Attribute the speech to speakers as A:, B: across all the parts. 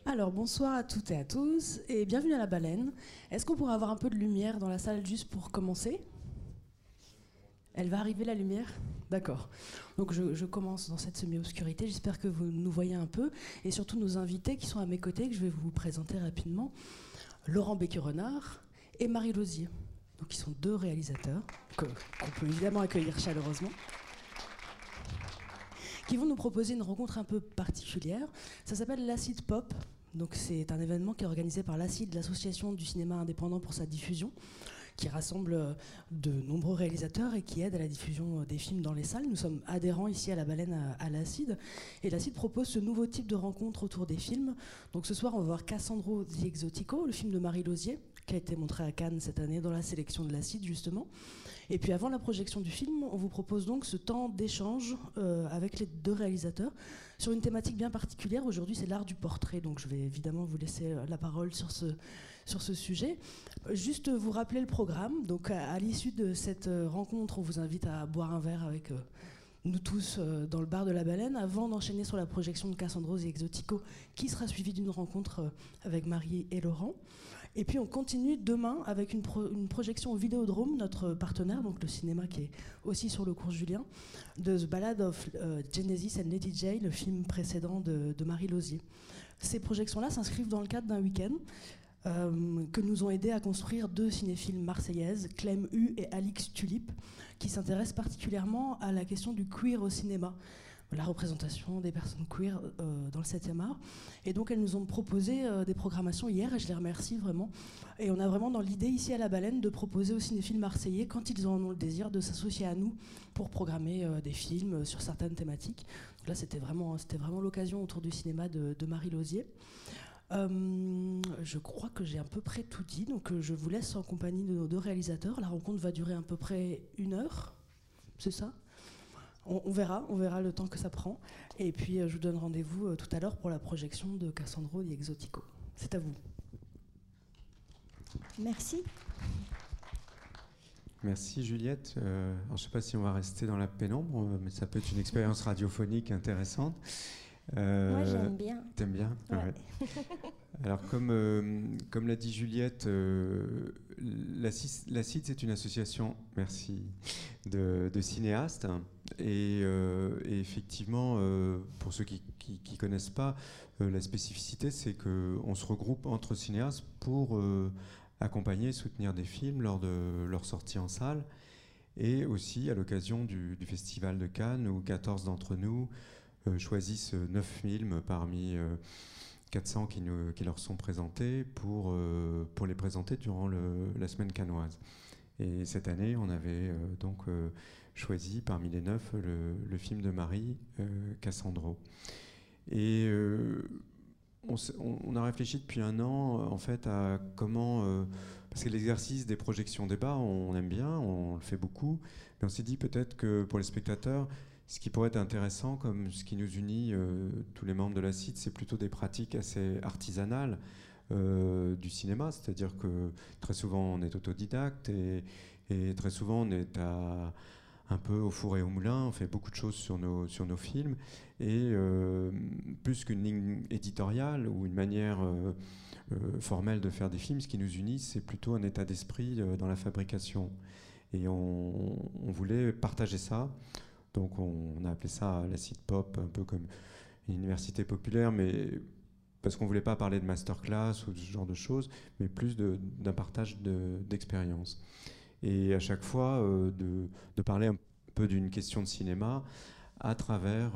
A: Alors, bonsoir à toutes et à tous, et bienvenue à la Baleine. Est-ce qu'on pourrait avoir un peu de lumière dans la salle juste pour commencer? Elle va arriver la lumière? D'accord. Donc je commence dans cette semi-obscurité, j'espère que vous nous voyez un peu, et surtout nos invités qui sont à mes côtés, que je vais vous présenter rapidement. Laurent Becquet-Renard et Marie Lauzier. Donc ils sont deux réalisateurs, qu'on peut évidemment accueillir chaleureusement, qui vont nous proposer une rencontre un peu particulière. Ça s'appelle l'Acid Pop. Donc c'est un événement qui est organisé par l'Acid, l'association du cinéma indépendant pour sa diffusion, qui rassemble de nombreux réalisateurs et qui aide à la diffusion des films dans les salles. Nous sommes adhérents ici à la Baleine à l'Acid. Et l'Acid propose ce nouveau type de rencontre autour des films. Donc ce soir, on va voir Cassandro the Exotico, le film de Marie Lauzier, qui a été montré à Cannes cette année dans la sélection de l'Acid, justement. Et puis avant la projection du film, on vous propose donc ce temps d'échange avec les deux réalisateurs sur une thématique bien particulière. Aujourd'hui, c'est l'art du portrait, donc je vais évidemment vous laisser la parole sur ce sujet. Juste vous rappeler le programme. Donc à l'issue de cette rencontre, on vous invite à boire un verre avec nous tous dans le bar de la Baleine, avant d'enchaîner sur la projection de Cassandro et Exotico, qui sera suivie d'une rencontre avec Marie et Laurent. Et puis on continue demain avec une projection au Vidéodrome, notre partenaire, donc le cinéma qui est aussi sur le cours Julien, de The Ballad of Genesis and Letty J, le film précédent de Marie Lauzier. Ces projections-là s'inscrivent dans le cadre d'un week-end que nous ont aidé à construire deux cinéphiles marseillaises, Clem Hu et Alix Tulip, qui s'intéressent particulièrement à la question du queer au cinéma, la représentation des personnes queer dans le 7e art. Et donc elles nous ont proposé des programmations hier, et je les remercie vraiment. Et on a vraiment dans l'idée ici à la Baleine de proposer aux cinéphiles marseillais, quand ils en ont le désir, de s'associer à nous pour programmer des films sur certaines thématiques. Donc là c'était vraiment l'occasion autour du cinéma de Marie Lauzier. Je crois que j'ai à peu près tout dit, donc je vous laisse en compagnie de nos deux réalisateurs. La rencontre va durer à peu près 1 heure, c'est ça? On verra le temps que ça prend. Et puis je vous donne rendez-vous tout à l'heure pour la projection de Cassandro the Exotico. C'est à vous.
B: Merci.
C: Merci Juliette. Alors, je ne sais pas si on va rester dans la pénombre, mais ça peut être une expérience radiophonique intéressante.
B: Moi j'aime bien.
C: T'aimes bien?
B: Ouais.
C: Ouais. Alors comme l'a dit Juliette, l'Acid c'est une association, merci, de cinéastes et effectivement pour ceux qui connaissent pas, la spécificité c'est qu'on se regroupe entre cinéastes pour accompagner et soutenir des films lors de leur sortie en salle, et aussi à l'occasion du Festival de Cannes où 14 d'entre nous choisissent 9 films parmi 400 qui leur sont présentés pour les présenter durant la semaine cannoise. Et cette année, on avait donc choisi parmi les 9 le film de Marie, Cassandro. Et on a réfléchi depuis 1 an en fait à comment, parce que l'exercice des projections débat, on aime bien, on le fait beaucoup, mais on s'est dit peut-être que pour les spectateurs, ce qui pourrait être intéressant, comme ce qui nous unit tous les membres de l'Acid, c'est plutôt des pratiques assez artisanales du cinéma, c'est-à-dire que très souvent on est autodidacte et très souvent on est un peu au four et au moulin, on fait beaucoup de choses sur nos films, et plus qu'une ligne éditoriale ou une manière formelle de faire des films, ce qui nous unit, c'est plutôt un état d'esprit dans la fabrication. Et on voulait partager ça. Donc on a appelé ça l'Acid Pop, un peu comme une université populaire, mais parce qu'on ne voulait pas parler de masterclass ou de ce genre de choses, mais plus d'un partage d'expérience. Et à chaque fois, de parler un peu d'une question de cinéma à travers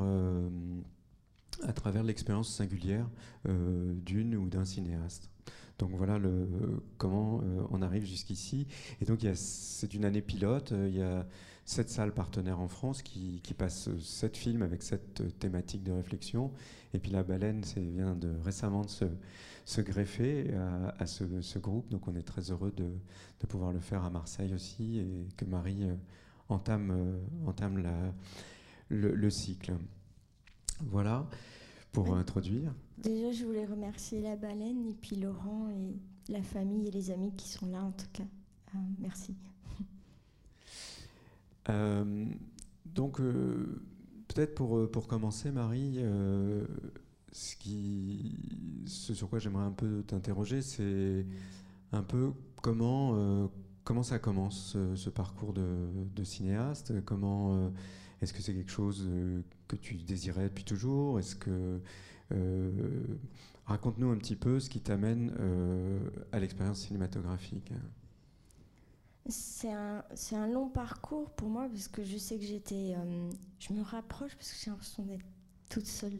C: l'expérience singulière d'une ou d'un cinéaste. Donc voilà comment on arrive jusqu'ici. Et donc c'est une année pilote, il y a 7 salles partenaires en France qui passent 7 films avec cette thématique de réflexion. Et puis la Baleine vient récemment de se greffer à ce groupe. Donc on est très heureux de pouvoir le faire à Marseille aussi, et que Marie entame le cycle. Voilà pour introduire.
B: Déjà, je voulais remercier la Baleine et puis Laurent et la famille et les amis qui sont là en tout cas. Merci.
C: Donc peut-être pour commencer, Marie, ce ce sur quoi j'aimerais un peu t'interroger, c'est un peu comment ça commence ce parcours de cinéaste. Est-ce que c'est quelque chose que tu désirais depuis toujours? Raconte-nous un petit peu ce qui t'amène à l'expérience cinématographique.
B: C'est un long parcours pour moi parce que je sais que je me rapproche parce que j'ai l'impression d'être toute seule.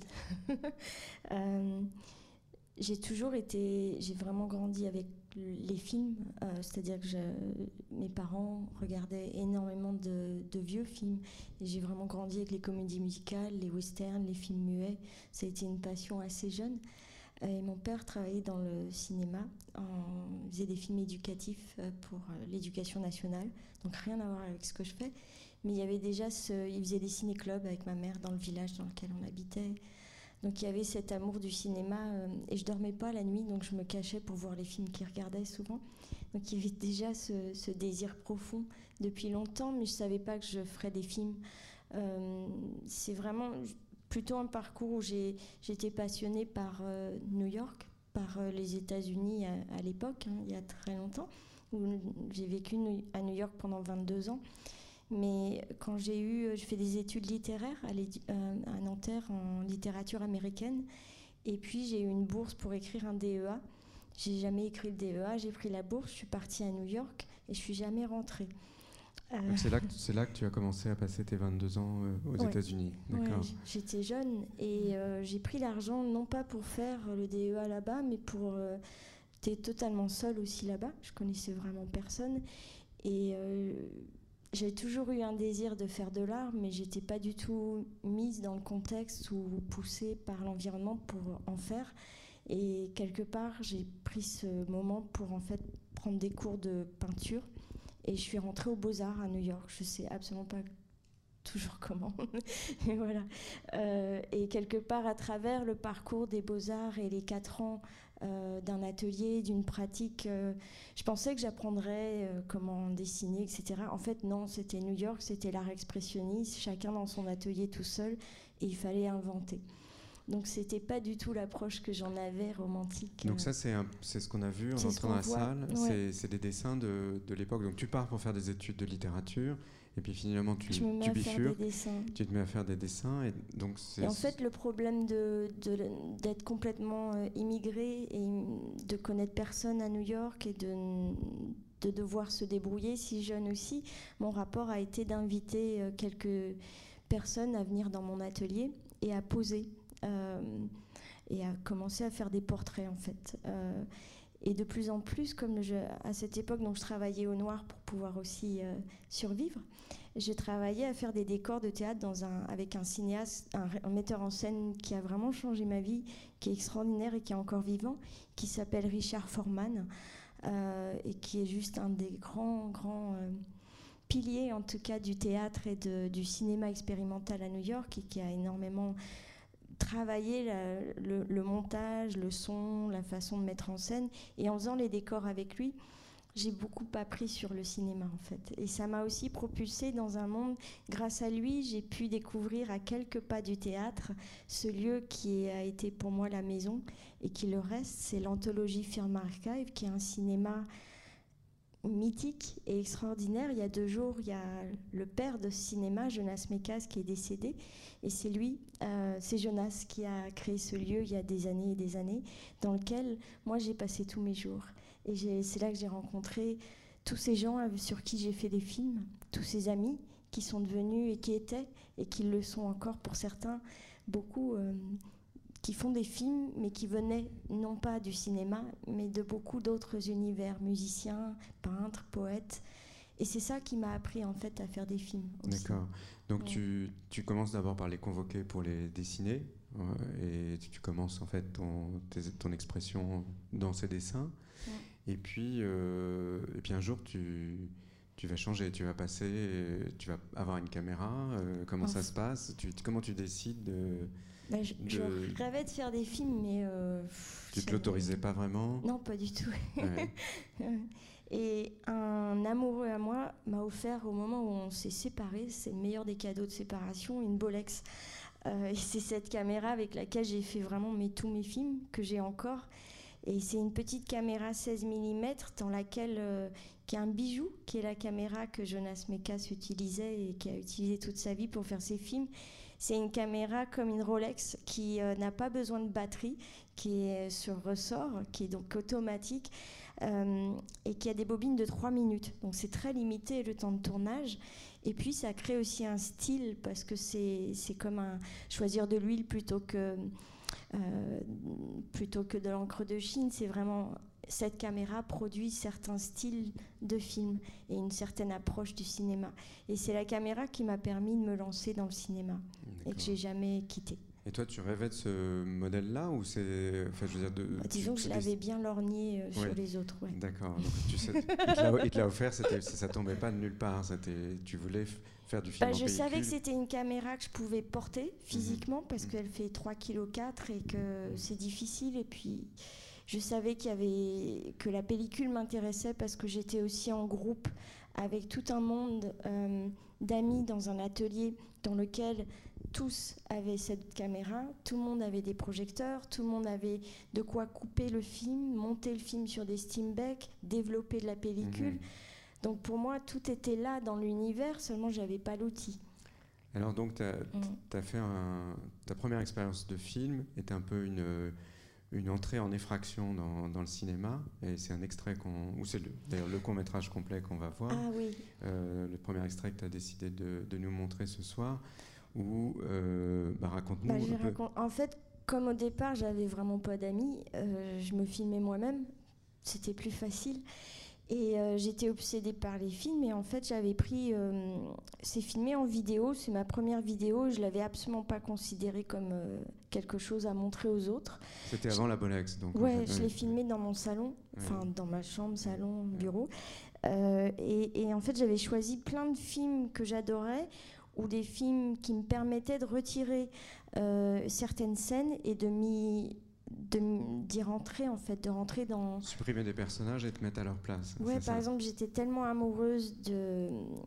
B: J'ai vraiment grandi avec les films, c'est-à-dire que mes parents regardaient énormément de vieux films et j'ai vraiment grandi avec les comédies musicales, les westerns, les films muets. Ça a été une passion assez jeune. Et mon père travaillait dans le cinéma, il faisait des films éducatifs pour l'éducation nationale, donc rien à voir avec ce que je fais. Mais il y avait déjà il faisait des ciné-clubs avec ma mère dans le village dans lequel on habitait. Donc il y avait cet amour du cinéma et je dormais pas la nuit, donc je me cachais pour voir les films qu'il regardait souvent. Donc il y avait déjà ce désir profond depuis longtemps, mais je savais pas que je ferais des films. C'est vraiment plutôt un parcours où j'étais passionnée par New York, par les États-Unis à l'époque, il y a très longtemps, où j'ai vécu à New York pendant 22 ans. Mais quand j'ai fait des études littéraires à Nanterre en littérature américaine, et puis j'ai eu une bourse pour écrire un DEA. J'ai jamais écrit le DEA, j'ai pris la bourse, je suis partie à New York et je suis jamais rentrée.
C: C'est là que tu as commencé à passer tes 22 ans aux États-Unis. D'accord.
B: Ouais, j'étais jeune et j'ai pris l'argent non pas pour faire le DEA là-bas, mais pour... J'étais totalement seule aussi là-bas, je connaissais vraiment personne. Et j'ai toujours eu un désir de faire de l'art, mais j'étais pas du tout mise dans le contexte ou poussée par l'environnement pour en faire. Et quelque part, j'ai pris ce moment pour en fait prendre des cours de peinture. Et je suis rentrée aux Beaux-Arts à New York. Je sais absolument pas toujours comment. Et voilà. Et quelque part, à travers le parcours des Beaux-Arts et les 4 ans d'un atelier, d'une pratique, je pensais que j'apprendrais comment dessiner, etc. En fait, non, c'était New York, c'était l'art expressionniste, chacun dans son atelier tout seul, et il fallait inventer. Donc c'était pas du tout l'approche que j'en avais romantique.
C: Donc ça c'est ce qu'on a vu en entrant dans la salle,
B: ouais.
C: C'est des dessins de l'époque. Donc tu pars pour faire des études de littérature et puis finalement tu bifurques, tu te mets à faire des dessins et
B: en fait le problème d'être complètement immigré et de connaître personne à New York et de devoir se débrouiller si jeune aussi, mon rapport a été d'inviter quelques personnes à venir dans mon atelier et à poser. Et à commencer à faire des portraits en fait. Et de plus en plus, à cette époque, donc je travaillais au noir pour pouvoir aussi survivre. J'ai travaillé à faire des décors de théâtre avec un cinéaste, un metteur en scène qui a vraiment changé ma vie, qui est extraordinaire et qui est encore vivant, qui s'appelle Richard Foreman et qui est juste un des grands piliers en tout cas du théâtre et du cinéma expérimental à New York et qui a énormément travailler le montage, le son, la façon de mettre en scène. Et en faisant les décors avec lui, j'ai beaucoup appris sur le cinéma en fait. Et ça m'a aussi propulsée dans un monde. Grâce à lui, j'ai pu découvrir à quelques pas du théâtre ce lieu qui a été pour moi la maison et qui le reste. C'est l'anthologie Film Archive, qui est un cinéma mythique et extraordinaire. Il y a 2 jours, il y a le père de ce cinéma, Jonas Mekas, qui est décédé. Et c'est lui, c'est Jonas qui a créé ce lieu il y a des années et des années, dans lequel moi j'ai passé tous mes jours. Et c'est là que j'ai rencontré tous ces gens sur qui j'ai fait des films, tous ces amis qui sont devenus et qui étaient, et qui le sont encore pour certains, beaucoup qui font des films, mais qui venaient non pas du cinéma, mais de beaucoup d'autres univers, musiciens, peintres, poètes. Et c'est ça qui m'a appris en fait à faire des films aussi.
C: D'accord. Donc tu commences d'abord par les convoquer pour les dessiner et tu commences en fait ton expression dans ces dessins. Ouais. Et puis un jour tu vas changer, tu vas avoir une caméra. Comment ça se passe? Comment tu décides de...
B: Je rêvais de faire des films, mais...
C: tu ne te l'autorisais pas vraiment?
B: Non, pas du tout. Ouais. Et un amoureux à moi m'a offert, au moment où on s'est séparés, c'est le meilleur des cadeaux de séparation, une Bolex Et c'est cette caméra avec laquelle j'ai fait vraiment tous mes films, que j'ai encore. Et c'est une petite caméra 16 mm dans laquelle, qui est un bijou, qui est la caméra que Jonas Mekas utilisait et qui a utilisé toute sa vie pour faire ses films. C'est une caméra comme une Rolex qui n'a pas besoin de batterie, qui est sur ressort, qui est donc automatique et qui a des bobines de 3 minutes. Donc c'est très limité le temps de tournage. Et puis ça crée aussi un style parce que c'est comme choisir de l'huile plutôt que de l'encre de Chine. C'est vraiment, cette caméra produit certains styles de films et une certaine approche du cinéma. Et c'est la caméra qui m'a permis de me lancer dans le cinéma et que j'ai jamais quitté.
C: Et toi, tu rêvais de ce modèle-là ou c'est, enfin, je veux dire,
B: disons que je l'avais bien lorgné sur les autres. Ouais.
C: D'accord. Donc, tu sais, il te l'a offert, ça tombait pas de nulle part. Tu voulais faire du film en pellicule.
B: Je savais que c'était une caméra que je pouvais porter physiquement parce qu'elle fait 3,4 kg et que c'est difficile. Et puis, je savais que la pellicule m'intéressait parce que j'étais aussi en groupe avec tout un monde d'amis dans un atelier dans lequel tous avaient cette caméra, tout le monde avait des projecteurs, tout le monde avait de quoi couper le film, monter le film sur des Steambeck, développer de la pellicule. Donc pour moi, tout était là dans l'univers, seulement j'avais pas l'outil.
C: Alors donc, tu as fait ta première expérience de film était un peu une entrée en effraction dans le cinéma, et c'est un extrait ou c'est d'ailleurs le court-métrage complet qu'on va voir.
B: Ah oui.
C: Le premier extrait que tu as décidé de nous montrer ce soir. Raconte-nous un peu.
B: En fait, comme au départ, j'avais vraiment pas d'amis, je me filmais moi-même, c'était plus facile. Et j'étais obsédée par les films, et en fait, j'avais pris... c'est filmé en vidéo, c'est ma première vidéo, je l'avais absolument pas considéré comme quelque chose à montrer aux autres.
C: C'était avant la Bolex, donc...
B: Ouais, je l'ai filmé dans mon salon, enfin dans ma chambre, salon, bureau. Et en fait, j'avais choisi plein de films que j'adorais, ou des films qui me permettaient de retirer certaines scènes et d'y rentrer, en fait, de rentrer dans...
C: Supprimer des personnages et te mettre à leur place.
B: Ouais, par exemple, j'étais tellement amoureuse de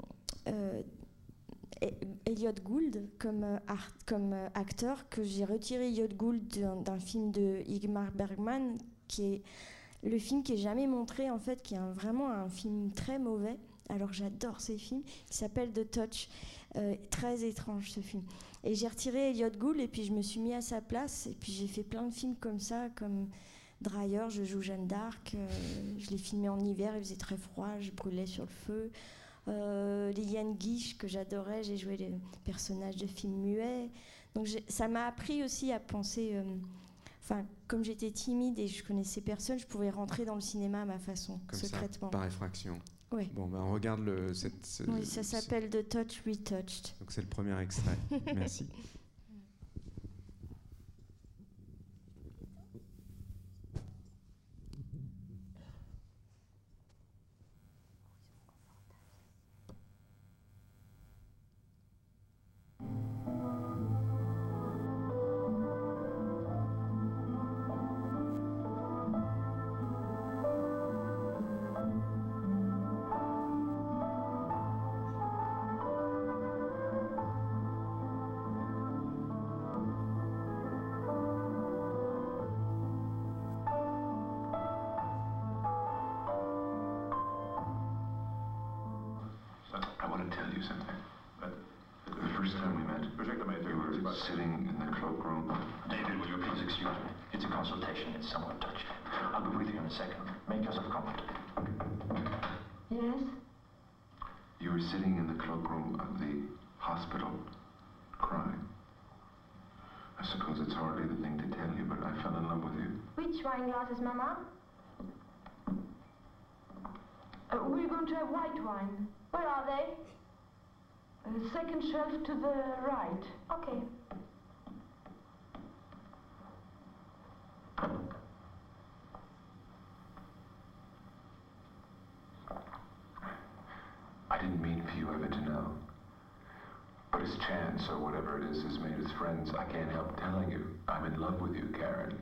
B: Elliot Gould comme acteur que j'ai retiré Elliot Gould d'un film de Ingmar Bergman, qui est le film qui est jamais montré, en fait, qui est vraiment un film très mauvais. Alors j'adore ces films, il s'appelle The Touch, très étrange ce film. Et j'ai retiré Elliot Gould et puis je me suis mis à sa place, et puis j'ai fait plein de films comme ça, comme Dreyer, je joue Jeanne d'Arc, je l'ai filmé en hiver, il faisait très froid, je brûlais sur le feu. Liliane Guiche, que j'adorais, j'ai joué les personnages de films muets. Donc ça m'a appris aussi à penser... comme j'étais timide et je connaissais personne, je pouvais rentrer dans le cinéma à ma façon,
C: comme
B: secrètement.
C: Ça, par effraction.
B: Ouais.
C: Bon, on regarde
B: oui, ça s'appelle The Touch Retouched.
C: Donc c'est le premier extrait. Merci.
D: Sitting in the cloakroom. David, will you please excuse me? It's a consultation. It's somewhat touchy. I'll be with you in a second. Make yourself comfortable.
B: Yes?
D: You were sitting in the cloakroom of the hospital, crying. I suppose it's hardly the thing to tell you, but I fell in love with you.
E: Which wine glasses, Mama? We're going to have white wine. Where are they? Second shelf to the right. Okay.
D: I didn't mean for you ever to know. But as chance, or whatever it is, has made us friends, I can't help telling you I'm in love with you, Karen.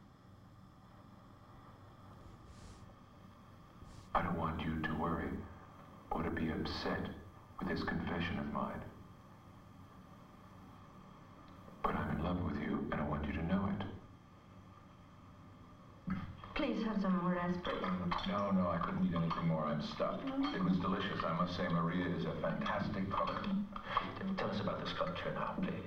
D: I don't want you to worry or to be upset with this confession of mine. But
E: please have some more raspberries?
D: No, I couldn't eat anything more. I'm stuffed. It was delicious. I must say, Maria is a fantastic cook.
F: Tell us about the sculpture now, please.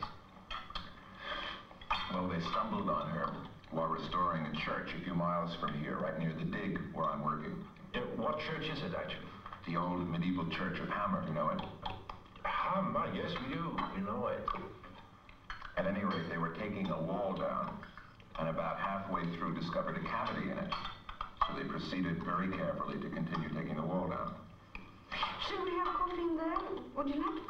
D: Well, they stumbled on her while restoring a church a few miles from here, right near the dig where I'm working.
F: What church is it, actually?
D: The old medieval church of Hammer, you know it?
F: Hammer, yes, we do. We know it.
D: At any rate, they were taking a wall down, and about halfway through discovered a cavity in it. So they proceeded very carefully to continue taking the wall down.
E: Should we have coffee in there? Would you like?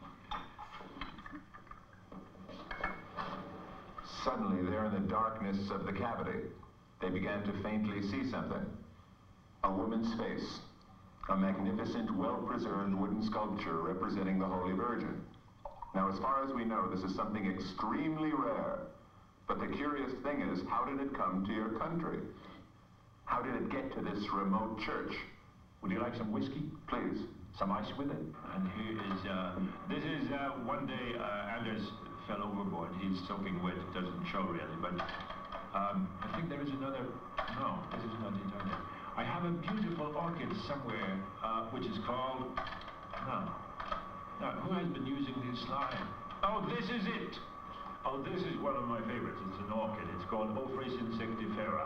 D: Suddenly, there in the darkness of the cavity, they began to faintly see something. A woman's face. A magnificent, well-preserved wooden sculpture representing the Holy Virgin. Now, as far as we know, this is something extremely rare. But the curious thing is, how did it come to your country? How did it get to this remote church?
F: Would you like some whiskey?
D: Please.
F: Some ice with it? And here is, this is one day Anders fell overboard. He's soaking wet. It doesn't show really, but I think there is another. No, this is not it either. I have a beautiful orchid somewhere, which is called. No. Now, who has been using this slide? Oh, this is it. Oh, this is one of my favorites. It's an orchid. It's called Ophrys insectivera.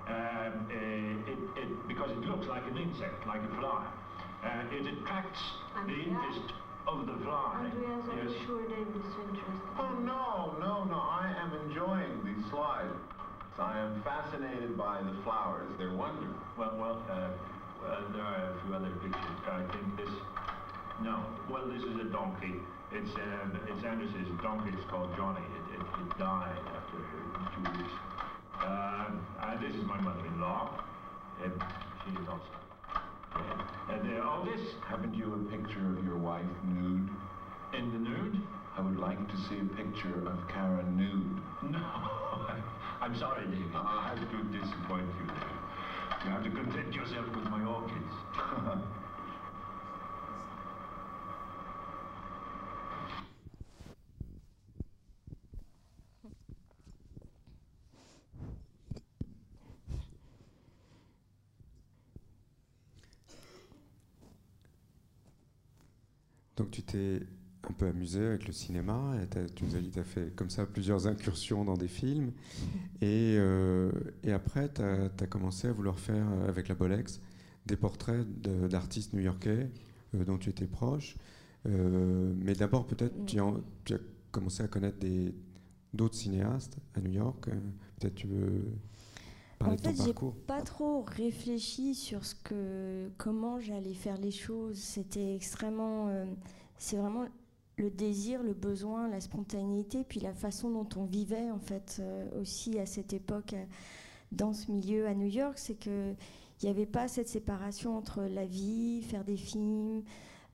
F: Because it looks like an insect, like a fly. It attracts the interest of the fly.
E: Andreas, I'm
F: Yes.
E: sure David is interested.
D: Oh, no. I am enjoying these slides. I am fascinated by the flowers. They're wonderful.
F: Well, there are a few other pictures. I think this. No. Well, this is a donkey. It's Anders's donkey. It's called Johnny. It died after 2 weeks. And this is my mother-in-law. She is also. This.
D: Haven't you a picture of your wife nude?
F: In the nude?
D: I would like to see a picture of Karen nude.
F: No. I'm sorry, David. I have to disappoint you there. You have to content yourself with my orchids.
C: Donc tu t'es un peu amusé avec le cinéma, et tu nous as dit que tu as fait comme ça plusieurs incursions dans des films, et après tu as commencé à vouloir faire avec la Bolex des portraits d'artistes new-yorkais dont tu étais proche, mais d'abord peut-être tu as commencé à connaître d'autres cinéastes à New York, peut-être tu veux parler de ton parcours.
B: En fait, j'ai pas trop réfléchi sur comment j'allais faire les choses. C'était extrêmement, c'est vraiment le désir, le besoin, la spontanéité, puis la façon dont on vivait en fait aussi à cette époque dans ce milieu à New York, c'est que il n'y avait pas cette séparation entre la vie, faire des films,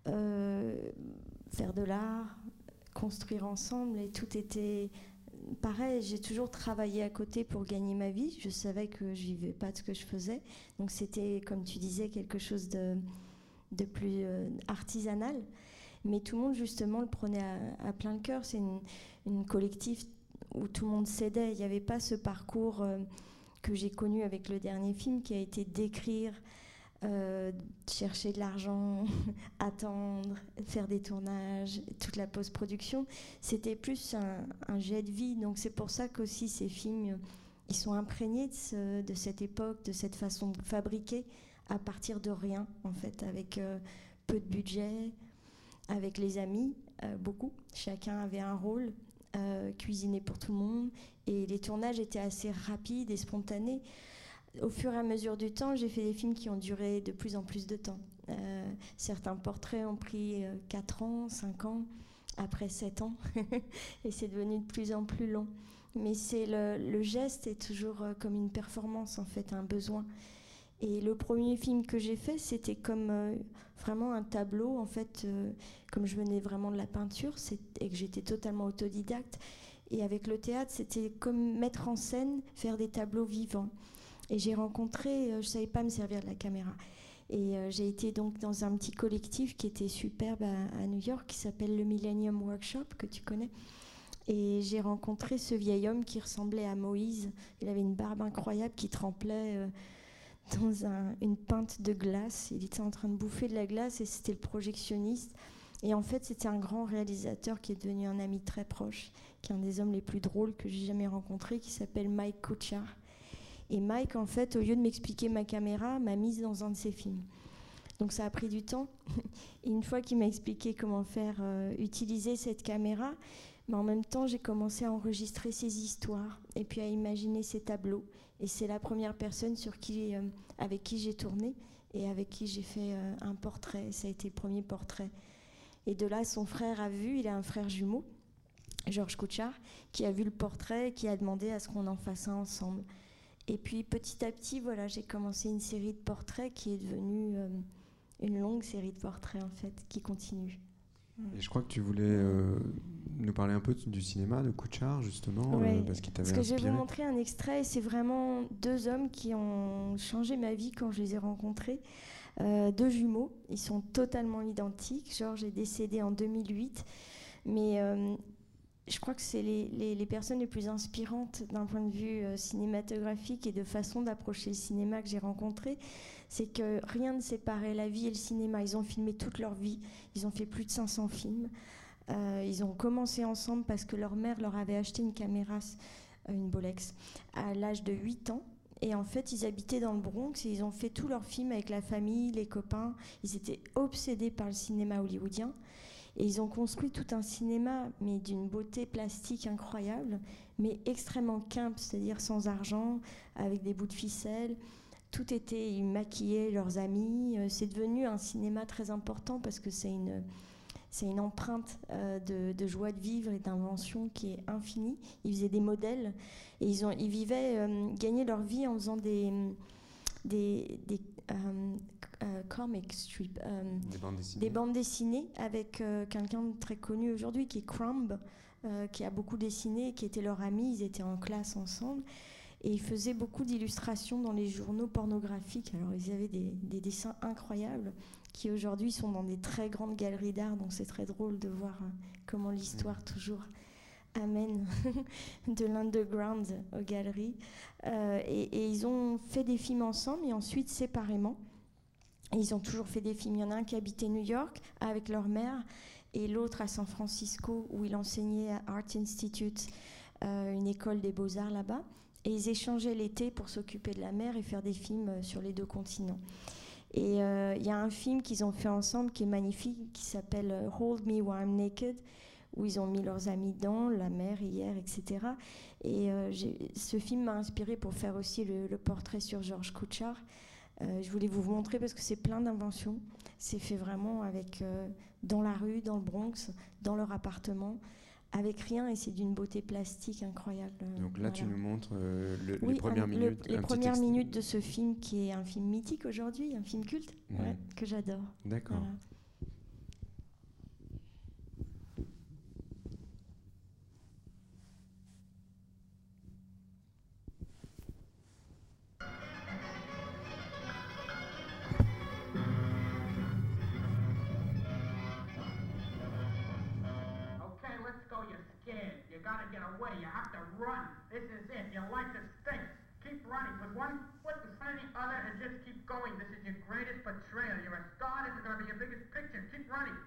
B: faire de l'art, construire ensemble, et tout était pareil. J'ai toujours travaillé à côté pour gagner ma vie. Je savais que je vivais pas de ce que je faisais, donc c'était, comme tu disais, quelque chose de plus artisanal. Mais tout le monde justement le prenait à plein le cœur. C'est une collectif où tout le monde s'aidait. Il n'y avait pas ce parcours que j'ai connu avec le dernier film, qui a été d'écrire, chercher de l'argent, attendre, faire des tournages, toute la post-production. C'était plus un jet de vie. Donc c'est pour ça qu'aussi ces films, ils sont imprégnés de cette époque, de cette façon de fabriquer à partir de rien, en fait, avec peu de budget, avec les amis, beaucoup. Chacun avait un rôle, cuisiner pour tout le monde. Et les tournages étaient assez rapides et spontanés. Au fur et à mesure du temps, j'ai fait des films qui ont duré de plus en plus de temps. Certains portraits ont pris 4 ans, 5 ans, après 7 ans. Et c'est devenu de plus en plus long. Mais le geste est toujours comme une performance, en fait, un besoin. Et le premier film que j'ai fait, c'était comme vraiment un tableau, en fait, comme je venais vraiment de la peinture et que j'étais totalement autodidacte. Et avec le théâtre, c'était comme mettre en scène, faire des tableaux vivants. Et j'ai rencontré, je ne savais pas me servir de la caméra. Et j'ai été donc dans un petit collectif qui était superbe à New York, qui s'appelle le Millennium Workshop, que tu connais. Et j'ai rencontré ce vieil homme qui ressemblait à Moïse. Il avait une barbe incroyable qui trempait dans une pinte de glace. Il était en train de bouffer de la glace et c'était le projectionniste. Et en fait, c'était un grand réalisateur qui est devenu un ami très proche, qui est un des hommes les plus drôles que j'ai jamais rencontré, qui s'appelle Mike Kuchar. Et Mike, en fait, au lieu de m'expliquer ma caméra, m'a mise dans un de ses films. Donc ça a pris du temps. Et une fois qu'il m'a expliqué comment faire utiliser cette caméra, mais en même temps, j'ai commencé à enregistrer ses histoires et puis à imaginer ses tableaux. Et c'est la première personne avec qui j'ai tourné et avec qui j'ai fait un portrait. Ça a été le premier portrait. Et de là, son frère a vu, il a un frère jumeau, Georges Kuchar, qui a vu le portrait et qui a demandé à ce qu'on en fasse un ensemble. Et puis petit à petit, voilà, j'ai commencé une série de portraits qui est devenue une longue série de portraits, en fait, qui continue.
C: Et je crois que tu voulais nous parler un peu du cinéma de Kuchar, justement,
B: ouais,
C: parce qu'il t'avait
B: parce que
C: inspiré.
B: je vais vous montrer un extrait, et c'est vraiment deux hommes qui ont changé ma vie quand je les ai rencontrés. Deux jumeaux, ils sont totalement identiques. Georges est décédé en 2008, mais je crois que c'est les personnes les plus inspirantes d'un point de vue cinématographique et de façon d'approcher le cinéma que j'ai rencontrées. C'est que rien ne séparait la vie et le cinéma. Ils ont filmé toute leur vie, ils ont fait plus de 500 films. Ils ont commencé ensemble parce que leur mère leur avait acheté une caméra, une Bolex, à l'âge de 8 ans. Et en fait, ils habitaient dans le Bronx et ils ont fait tous leurs films avec la famille, les copains. Ils étaient obsédés par le cinéma hollywoodien. Et ils ont construit tout un cinéma, mais d'une beauté plastique incroyable, mais extrêmement camp, c'est-à-dire sans argent, avec des bouts de ficelle. Tout était, ils maquillaient leurs amis. C'est devenu un cinéma très important parce que c'est une empreinte de joie de vivre et d'invention qui est infinie. Ils faisaient des modèles et ils vivaient, gagnaient leur vie en faisant des comic strip, des bandes dessinées avec quelqu'un de très connu aujourd'hui qui est Crumb, qui a beaucoup dessiné, qui était leur ami. Ils étaient en classe ensemble. Et ils faisaient beaucoup d'illustrations dans les journaux pornographiques. Alors, ils avaient des dessins incroyables qui, aujourd'hui, sont dans des très grandes galeries d'art. Donc, c'est très drôle de voir comment l'histoire toujours amène de l'underground aux galeries. Et ils ont fait des films ensemble et ensuite séparément. Et ils ont toujours fait des films. Il y en a un qui habitait New York avec leur mère et l'autre à San Francisco où il enseignait à Art Institute, une école des beaux-arts là-bas. Et ils échangeaient l'été pour s'occuper de la mer et faire des films sur les deux continents. Et il y a un film qu'ils ont fait ensemble qui est magnifique, qui s'appelle Hold Me While I'm Naked, où ils ont mis leurs amis dedans, la mer hier, etc. Et ce film m'a inspiré pour faire aussi le portrait sur Georges Kuchar. Je voulais vous montrer parce que c'est plein d'inventions. C'est fait vraiment avec dans la rue, dans le Bronx, dans leur appartement, avec rien, et c'est d'une beauté plastique incroyable.
C: Donc là, voilà. Tu nous montres
B: oui,
C: les premières minutes.
B: Les premières minutes de ce film qui est un film mythique aujourd'hui, un film culte, ouais, que j'adore.
C: D'accord. Voilà.
G: You gotta get away. You have to run. This is it. Your life is stinks. Keep running. With one foot in front of the other and just keep going. This is your greatest portrayal. You're a star. This is gonna be your biggest picture. Keep running.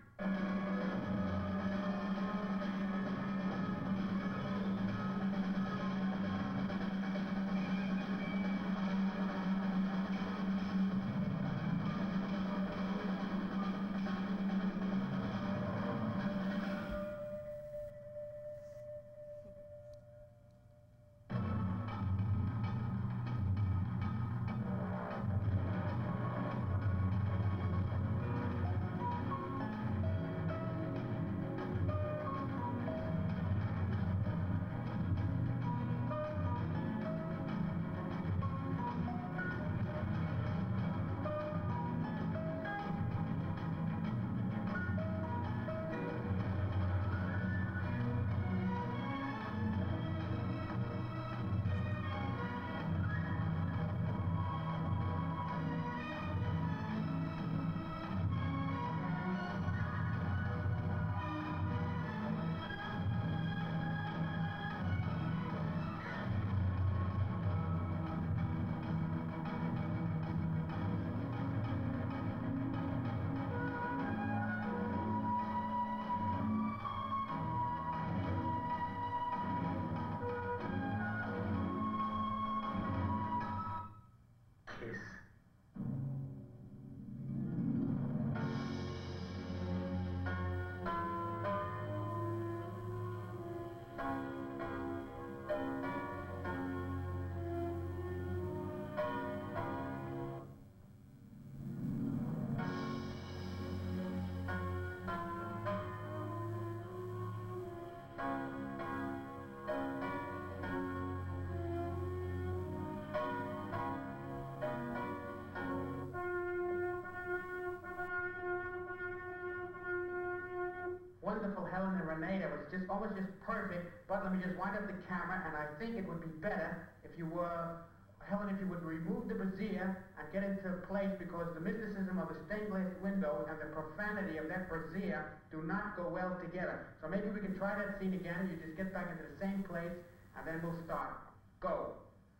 G: almost just perfect, but let me just wind up the camera, and I think it would be better if you were, Helen, if you would remove the brassiere and get into place, because the mysticism of the stained glass window and the profanity of that brassiere do not go well together. So maybe we can try that scene again. You just get back into the same place, and then we'll start. Go.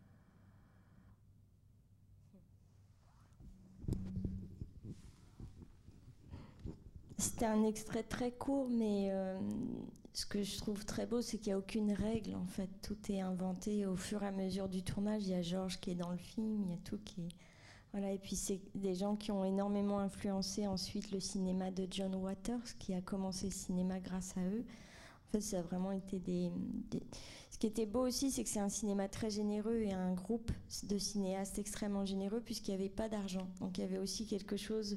B: C'était un extrait très court, mais ce que je trouve très beau, c'est qu'il n'y a aucune règle, en fait. Tout est inventé au fur et à mesure du tournage. Il y a Georges qui est dans le film, il y a tout qui est... Voilà, et puis c'est des gens qui ont énormément influencé ensuite le cinéma de John Waters, qui a commencé le cinéma grâce à eux. En fait, ça a vraiment été Ce qui était beau aussi, c'est que c'est un cinéma très généreux et un groupe de cinéastes extrêmement généreux, puisqu'il n'y avait pas d'argent. Donc il y avait aussi quelque chose...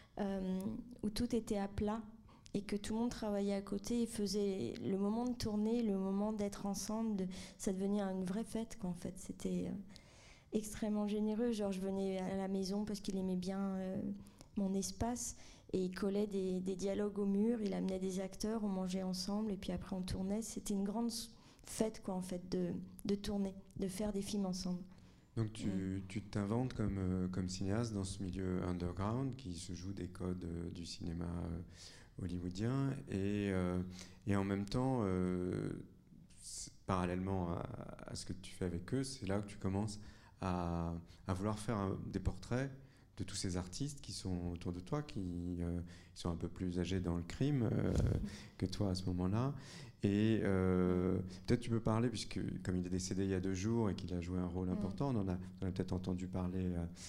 B: où tout était à plat et que tout le monde travaillait à côté et faisait le moment de tourner, le moment d'être ensemble, ça devenait une vraie fête, quoi, en fait. C'était extrêmement généreux. Genre, je venais à la maison parce qu'il aimait bien mon espace et il collait des dialogues au mur, il amenait des acteurs, on mangeait ensemble et puis après on tournait. C'était une grande fête, quoi, en fait, de tourner, de faire des films ensemble.
C: Donc tu t'inventes comme cinéaste dans ce milieu underground qui se joue des codes du cinéma hollywoodien et en même temps, parallèlement à ce que tu fais avec eux, c'est là que tu commences à vouloir faire des portraits de tous ces artistes qui sont autour de toi, qui sont un peu plus âgés dans le crime que toi à ce moment-là. Et peut-être tu peux parler, puisque comme il est décédé il y a 2 jours et qu'il a joué un rôle important, on en a peut-être entendu parler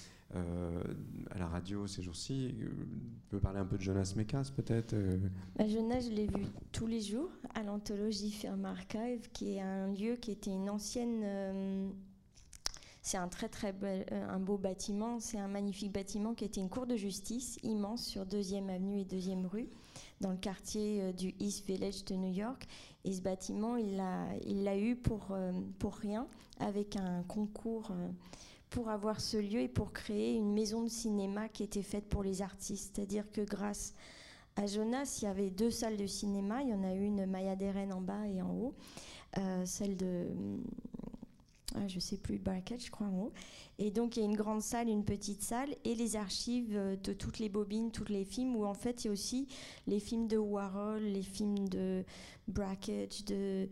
C: à la radio ces jours-ci. Tu peux parler un peu de Jonas Mekas, peut-être
B: Jonas, je l'ai vu tous les jours à l'anthologie Film Archive, qui est un lieu qui était une ancienne... c'est un un beau bâtiment, c'est un magnifique bâtiment qui était une cour de justice immense sur 2e avenue et 2e rue, dans le quartier du East Village de New York. Et ce bâtiment, il l'a eu pour rien, avec un concours pour avoir ce lieu et pour créer une maison de cinéma qui était faite pour les artistes. C'est-à-dire que grâce à Jonas, il y avait 2 salles de cinéma. Il y en a une, Maya Deren, en bas et en haut. Celle de... je ne sais plus, Bracket, je crois, en haut. Et donc, il y a une grande salle, une petite salle, et les archives de toutes les bobines, tous les films, où en fait, il y a aussi les films de Warhol, les films de Bracket, de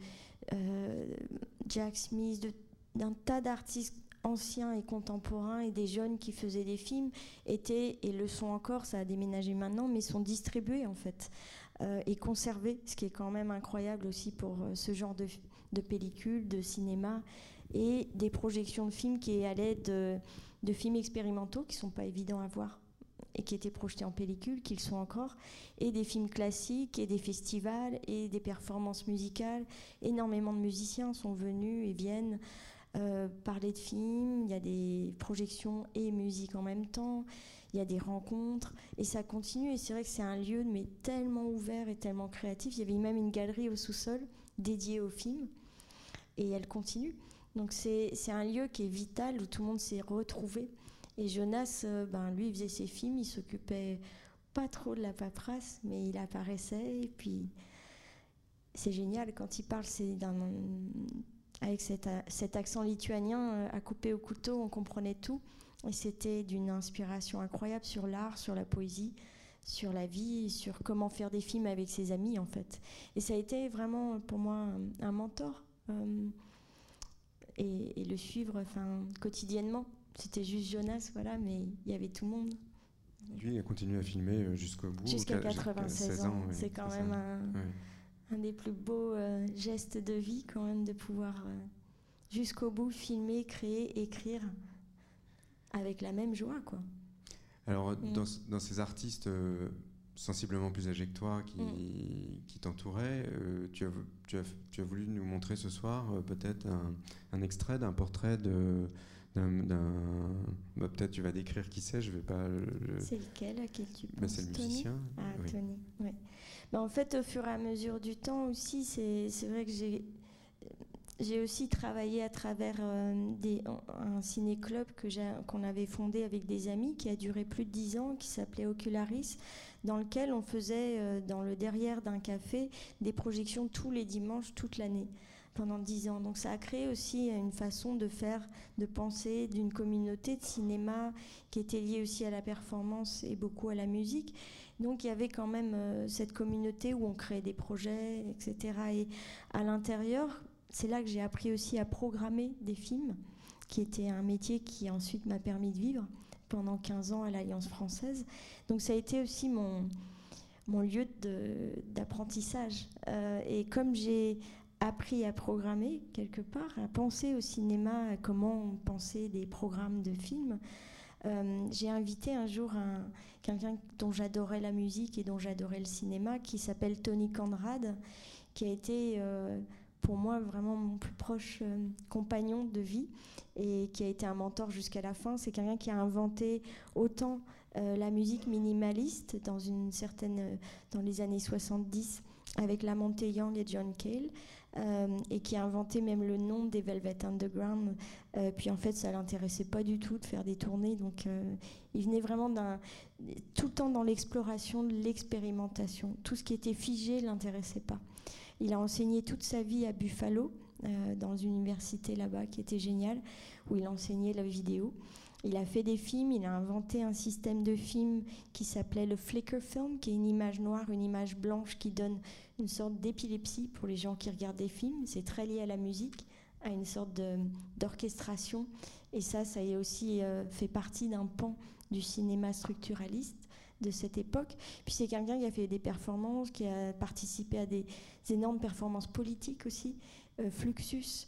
B: Jack Smith, d'un tas d'artistes anciens et contemporains, et des jeunes qui faisaient des films, étaient, et le sont encore, ça a déménagé maintenant, mais sont distribués, en fait, et conservés, ce qui est quand même incroyable aussi pour ce genre de pellicule, de cinéma, et des projections de films qui allaient de films expérimentaux qui ne sont pas évidents à voir et qui étaient projetés en pellicule, qu'ils sont encore, et des films classiques et des festivals et des performances musicales. Énormément de musiciens sont venus et viennent parler de films. Il y a des projections et musique en même temps, il y a des rencontres et ça continue. Et c'est vrai que c'est un lieu mais tellement ouvert et tellement créatif. Il y avait même une galerie au sous-sol dédiée aux films et elle continue. Donc c'est un lieu qui est vital, où tout le monde s'est retrouvé. Et Jonas, lui, il faisait ses films, il s'occupait pas trop de la paperasse, mais il apparaissait. Et puis, c'est génial, quand il parle, avec cet accent lituanien à couper au couteau, on comprenait tout. Et c'était d'une inspiration incroyable sur l'art, sur la poésie, sur la vie, sur comment faire des films avec ses amis, en fait. Et ça a été vraiment, pour moi, un mentor. Et le suivre quotidiennement. C'était juste Jonas, voilà, mais il y avait tout le monde.
C: Lui, il a continué à filmer jusqu'au bout.
B: Jusqu'à 96 ans.
C: Oui,
B: c'est quand même un des plus beaux gestes de vie, quand même, de pouvoir jusqu'au bout filmer, créer, écrire avec la même joie, quoi.
C: Alors, dans ces artistes sensiblement plus âgés que toi qui t'entouraient, tu as voulu nous montrer ce soir peut-être un extrait d'un portrait peut-être tu vas décrire qui c'est, je vais pas...
B: C'est lequel, à quel tu penses?
C: C'est le musicien.
B: Oui. Tony, oui. En fait, au fur et à mesure du temps aussi, c'est vrai que J'ai aussi travaillé à travers un ciné-club qu'on avait fondé avec des amis, qui a duré plus de 10 ans, qui s'appelait Ocularis, dans lequel on faisait, dans le derrière d'un café, des projections tous les dimanches, toute l'année, pendant 10 ans. Donc ça a créé aussi une façon de faire, de penser d'une communauté de cinéma qui était liée aussi à la performance et beaucoup à la musique. Donc il y avait quand même cette communauté où on créait des projets, etc. Et à l'intérieur, c'est là que j'ai appris aussi à programmer des films, qui était un métier qui ensuite m'a permis de vivre pendant 15 ans à l'Alliance française. Donc ça a été aussi mon lieu d'apprentissage. Et comme j'ai appris à programmer quelque part, à penser au cinéma, à comment penser des programmes de films, j'ai invité un jour quelqu'un dont j'adorais la musique et dont j'adorais le cinéma, qui s'appelle Tony Conrad, qui a été pour moi vraiment mon plus proche compagnon de vie et qui a été un mentor jusqu'à la fin. C'est quelqu'un qui a inventé autant la musique minimaliste dans les années 70 avec Lamonte Young et John Cale, et qui a inventé même le nom des Velvet Underground. Puis en fait, ça l'intéressait pas du tout de faire des tournées, donc il venait vraiment tout le temps dans l'exploration, de l'expérimentation. Tout ce qui était figé l'intéressait pas. Il a enseigné toute sa vie à Buffalo, dans une université là-bas qui était géniale, où il enseignait la vidéo. Il a fait des films, il a inventé un système de film qui s'appelait le flicker film, qui est une image noire, une image blanche qui donne une sorte d'épilepsie pour les gens qui regardent des films. C'est très lié à la musique, à une sorte d'orchestration. Et ça a aussi fait partie d'un pan du cinéma structuraliste de cette époque. Puis c'est quelqu'un qui a fait des performances, qui a participé à des énormes performances politiques aussi, Fluxus,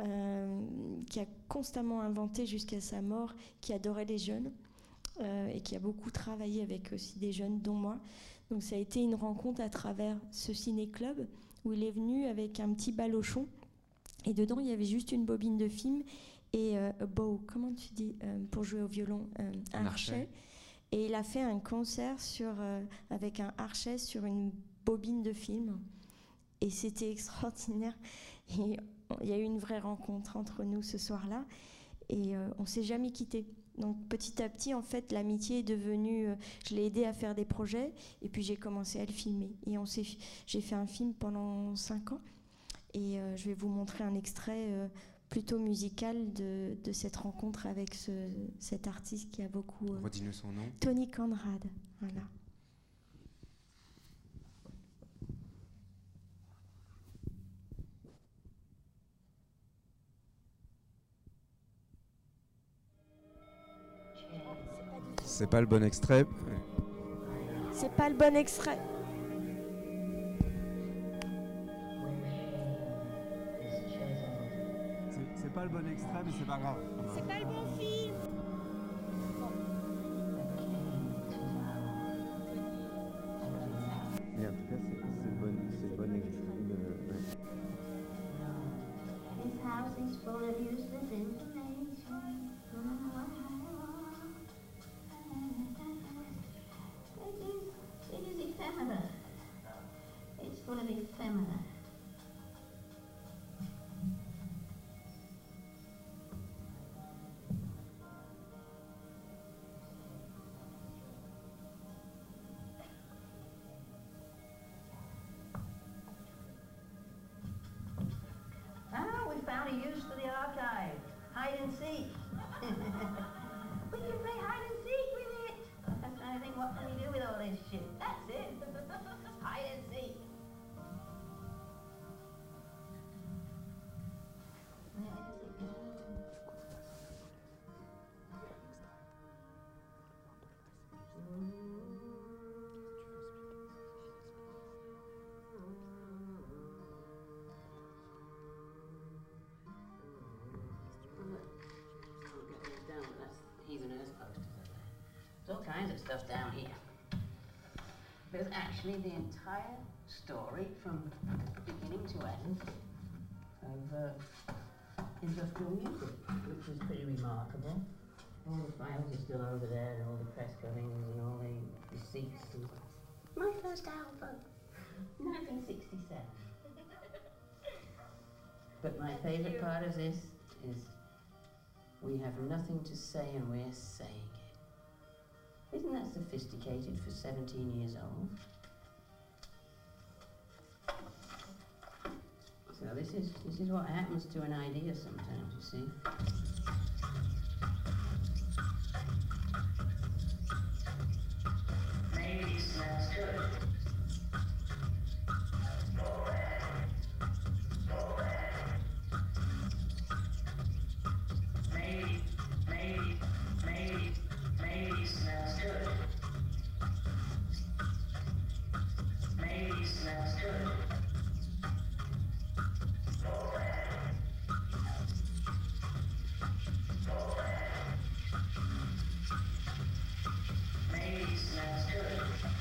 B: qui a constamment inventé jusqu'à sa mort, qui adorait les jeunes et qui a beaucoup travaillé avec aussi des jeunes, dont moi. Donc ça a été une rencontre à travers ce ciné-club où il est venu avec un petit balochon et dedans il y avait juste une bobine de film et a bow, comment tu dis pour jouer au violon, un archet. Et il a fait un concert avec un archet sur une bobine de film. Et c'était extraordinaire. Et il y a eu une vraie rencontre entre nous ce soir-là. Et on ne s'est jamais quittés. Donc petit à petit, en fait, l'amitié est devenue... je l'ai aidé à faire des projets. Et puis j'ai commencé à le filmer. Et j'ai fait un film pendant 5 ans. Et je vais vous montrer un extrait... plutôt musical de cette rencontre avec cet artiste qui a beaucoup...
C: Redis-nous son nom.
B: Tony Conrad, voilà.
C: C'est pas le bon extrait.
B: C'est pas le bon extrait.
C: C'est pas le bon extrait, mais c'est pas grave.
B: C'est pas le bon film.
C: Mais en tout cas, c'est le bon extrait.
H: This house is full of useless information. It is ephemera. It's full of ephemera. Found a use for the archive. Hide and seek. We can play hide and seek with it. I'm trying to think, what can we do with all this shit? That's it. Hide and seek.
I: There's all kinds of stuff down here. There's actually the entire story from beginning to end of industrial music, which is pretty remarkable. All the files are still over there, and all the press cuttings and all the receipts. And my first album, 1967. But my favourite part of this is we have nothing to say and we're saying it. Isn't that sophisticated for 17 years old? So this is what happens to an idea sometimes, you see. Maybe smells good. Maybe smells good. Maybe smells good. Maybe smells good.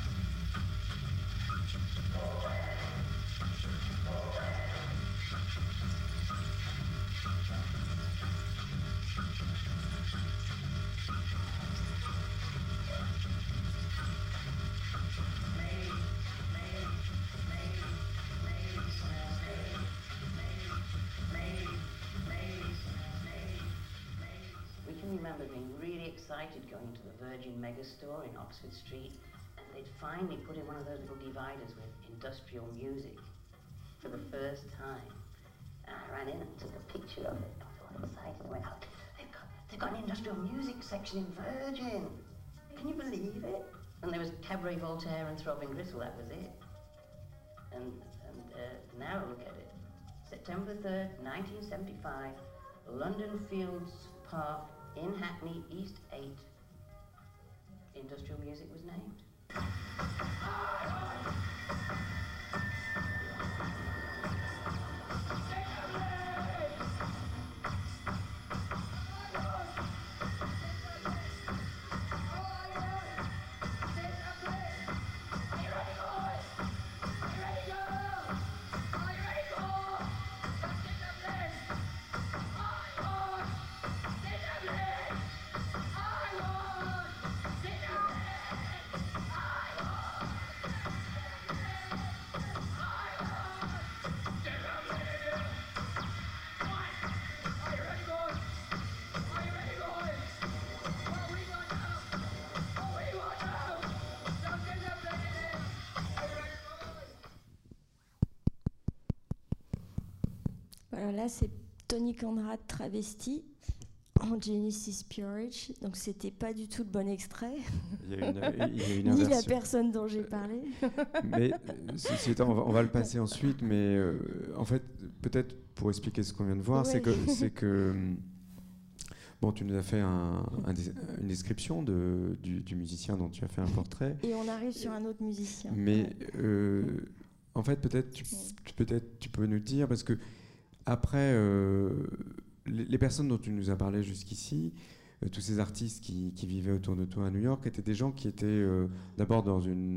I: I remember being really excited going to the Virgin Megastore in Oxford Street, and they'd finally put in one of those little dividers with industrial music for the first time. And I ran in and took a picture of it. I was all excited. I went, oh, they've got an industrial music section in Virgin. Can you believe it? And there was Cabaret Voltaire and Throbbing Gristle, that was it. And now look at it. September 3rd, 1975, London Fields Park, in Hackney, East 8, industrial music was named.
B: Voilà, là c'est Tony Conrad travesti en Genesis Peerage, donc c'était pas du tout le bon extrait.
C: Il y a une
B: ni
C: inversion.
B: la personne dont j'ai parlé.
C: Mais ceci étant, on va le passer ensuite, mais en fait, peut-être pour expliquer ce qu'on vient de voir,
B: Ouais.
C: c'est que bon, tu nous as fait une description du musicien dont tu as fait un portrait.
B: Et on arrive sur un autre musicien.
C: Mais
B: Ouais.
C: en fait, peut-être tu peux nous dire, parce que après, les personnes dont tu nous as parlé jusqu'ici, tous ces artistes qui vivaient autour de toi à New York, étaient des gens qui étaient d'abord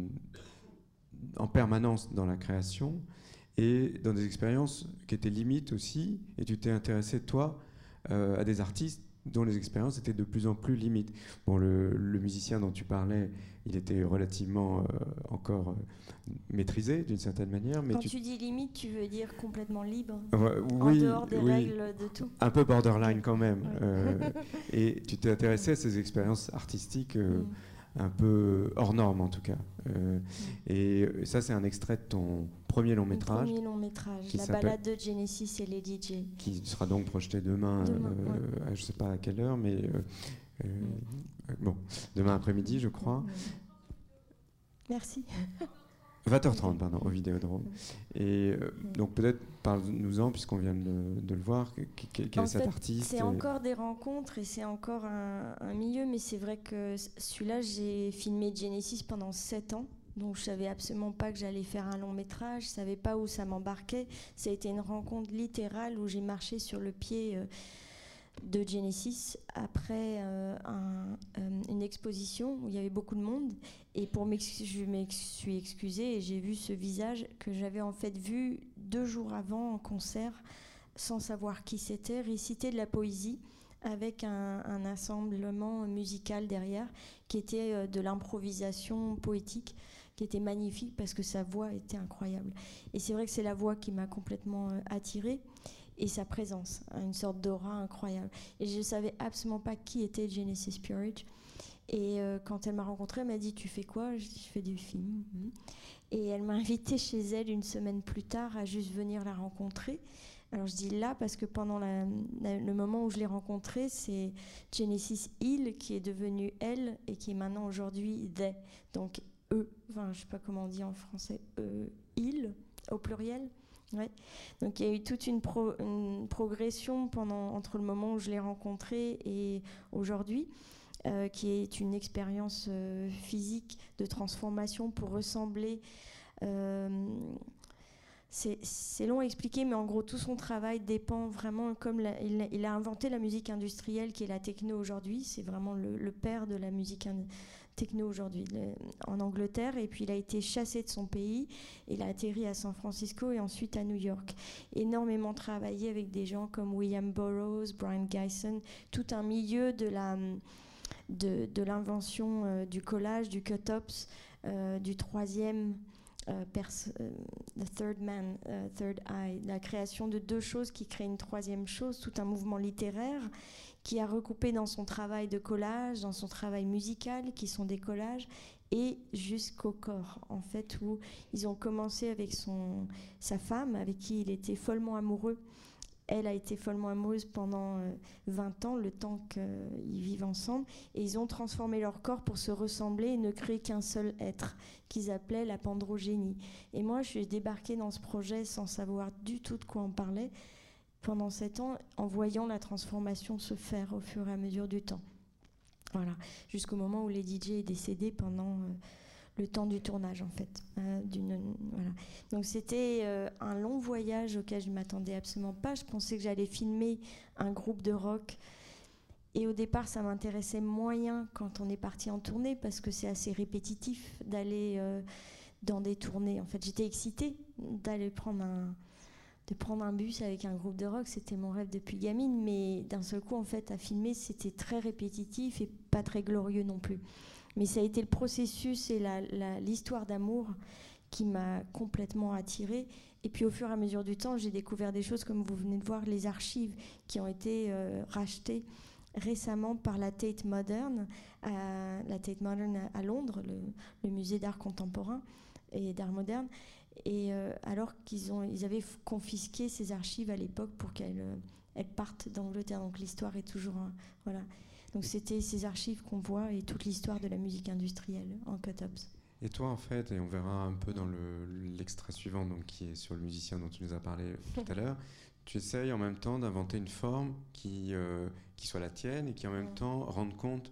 C: en permanence dans la création et dans des expériences qui étaient limites aussi. Et tu t'es intéressé, toi, à des artistes dont les expériences étaient de plus en plus limites. Bon, le musicien dont tu parlais, il était relativement encore maîtrisé d'une certaine manière. Mais
B: Quand tu dis limite, tu veux dire complètement libre,
C: oui,
B: en dehors des
C: oui,
B: règles de tout.
C: un peu borderline quand même.
B: Ouais.
C: Et tu t'es intéressé à ces expériences artistiques un peu hors normes en tout cas. Et ça, c'est un extrait de ton premier long métrage.
B: Mon premier long métrage,
C: qui
B: La
C: s'appelle-
B: balade de Genesis et les DJ.
C: Qui sera donc projeté demain,
B: ouais.
C: à je ne sais pas à quelle heure, mais bon, demain après-midi, je crois.
B: Merci.
C: 20h30, pardon, au Vidéodrome. Et donc peut-être parle-nous-en, puisqu'on vient de le voir, quel est
B: En
C: cet
B: fait,
C: artiste.
B: C'est encore des rencontres et c'est encore un milieu, mais c'est vrai que celui-là, j'ai filmé Genesis pendant 7 ans. Donc je savais absolument pas que j'allais faire un long métrage, je savais pas où ça m'embarquait. Ça a été une rencontre littérale où j'ai marché sur le pied de Genesis après une exposition où il y avait beaucoup de monde. Et je me suis excusée et j'ai vu ce visage que j'avais en fait vu 2 jours avant en concert, sans savoir qui c'était, réciter de la poésie avec un assemblement musical derrière qui était de l'improvisation poétique, qui était magnifique parce que sa voix était incroyable. Et c'est vrai que c'est la voix qui m'a complètement attirée. et sa présence, une sorte d'aura incroyable. Et je ne savais absolument pas qui était Genesis P-Orridge. Et quand elle m'a rencontrée, elle m'a dit « Tu fais quoi ?» Je dis « Je fais du film. » Et elle m'a invitée chez elle une semaine plus tard à juste venir la rencontrer. Alors je dis là parce que pendant le moment où je l'ai rencontrée, c'est Genesis Hill qui est devenue elle et qui est maintenant aujourd'hui they. Donc eux, enfin je sais pas comment on dit en français, Hill au pluriel. Ouais. Donc il y a eu toute une progression entre le moment où je l'ai rencontrée et aujourd'hui, qui est une expérience physique de transformation pour ressembler. C'est long à expliquer, mais en gros, tout son travail dépend vraiment, comme il a inventé la musique industrielle qui est la techno aujourd'hui. C'est vraiment le père de la musique techno aujourd'hui en Angleterre. Et puis, il a été chassé de son pays. Il a atterri à San Francisco et ensuite à New York. Énormément travaillé avec des gens comme William Burroughs, Brian Gysin, tout un milieu de l'invention du collage, du cut-ups, du troisième... the third man, third eye, la création de deux choses qui créent une troisième chose, tout un mouvement littéraire qui a recoupé dans son travail de collage, dans son travail musical, qui sont des collages, et jusqu'au corps, en fait, où ils ont commencé avec sa femme, avec qui il était follement amoureux. Elle a été follement amoureuse pendant 20 ans, le temps qu'ils vivent ensemble, et ils ont transformé leur corps pour se ressembler et ne créer qu'un seul être, qu'ils appelaient la pandrogénie. Et moi, je suis débarquée dans ce projet sans savoir du tout de quoi on parlait, pendant 7 ans, en voyant la transformation se faire au fur et à mesure du temps. Voilà, jusqu'au moment où Lady J est décédée pendant... le temps du tournage en fait. Voilà. Donc c'était un long voyage auquel je ne m'attendais absolument pas. Je pensais que j'allais filmer un groupe de rock. Et au départ, ça m'intéressait moyen quand on est parti en tournée parce que c'est assez répétitif d'aller dans des tournées. En fait, j'étais excitée d'aller prendre un bus avec un groupe de rock. C'était mon rêve depuis gamine. Mais d'un seul coup, en fait, à filmer, c'était très répétitif et pas très glorieux non plus. Mais ça a été le processus et l'histoire d'amour qui m'a complètement attirée. Et puis au fur et à mesure du temps, j'ai découvert des choses comme vous venez de voir, les archives qui ont été rachetées récemment par la Tate Modern à Londres, le musée d'art contemporain et d'art moderne. Et alors qu'ils avaient confisqué ces archives à l'époque pour qu'elles partent d'Angleterre. Donc l'histoire est toujours... voilà. Donc c'était ces archives qu'on voit et toute l'histoire de la musique industrielle en cut-ups.
C: Et toi, en fait, et on verra un peu dans l'extrait suivant, donc, qui est sur le musicien dont tu nous as parlé tout à l'heure, tu essayes en même temps d'inventer une forme qui soit la tienne et qui en même temps rende compte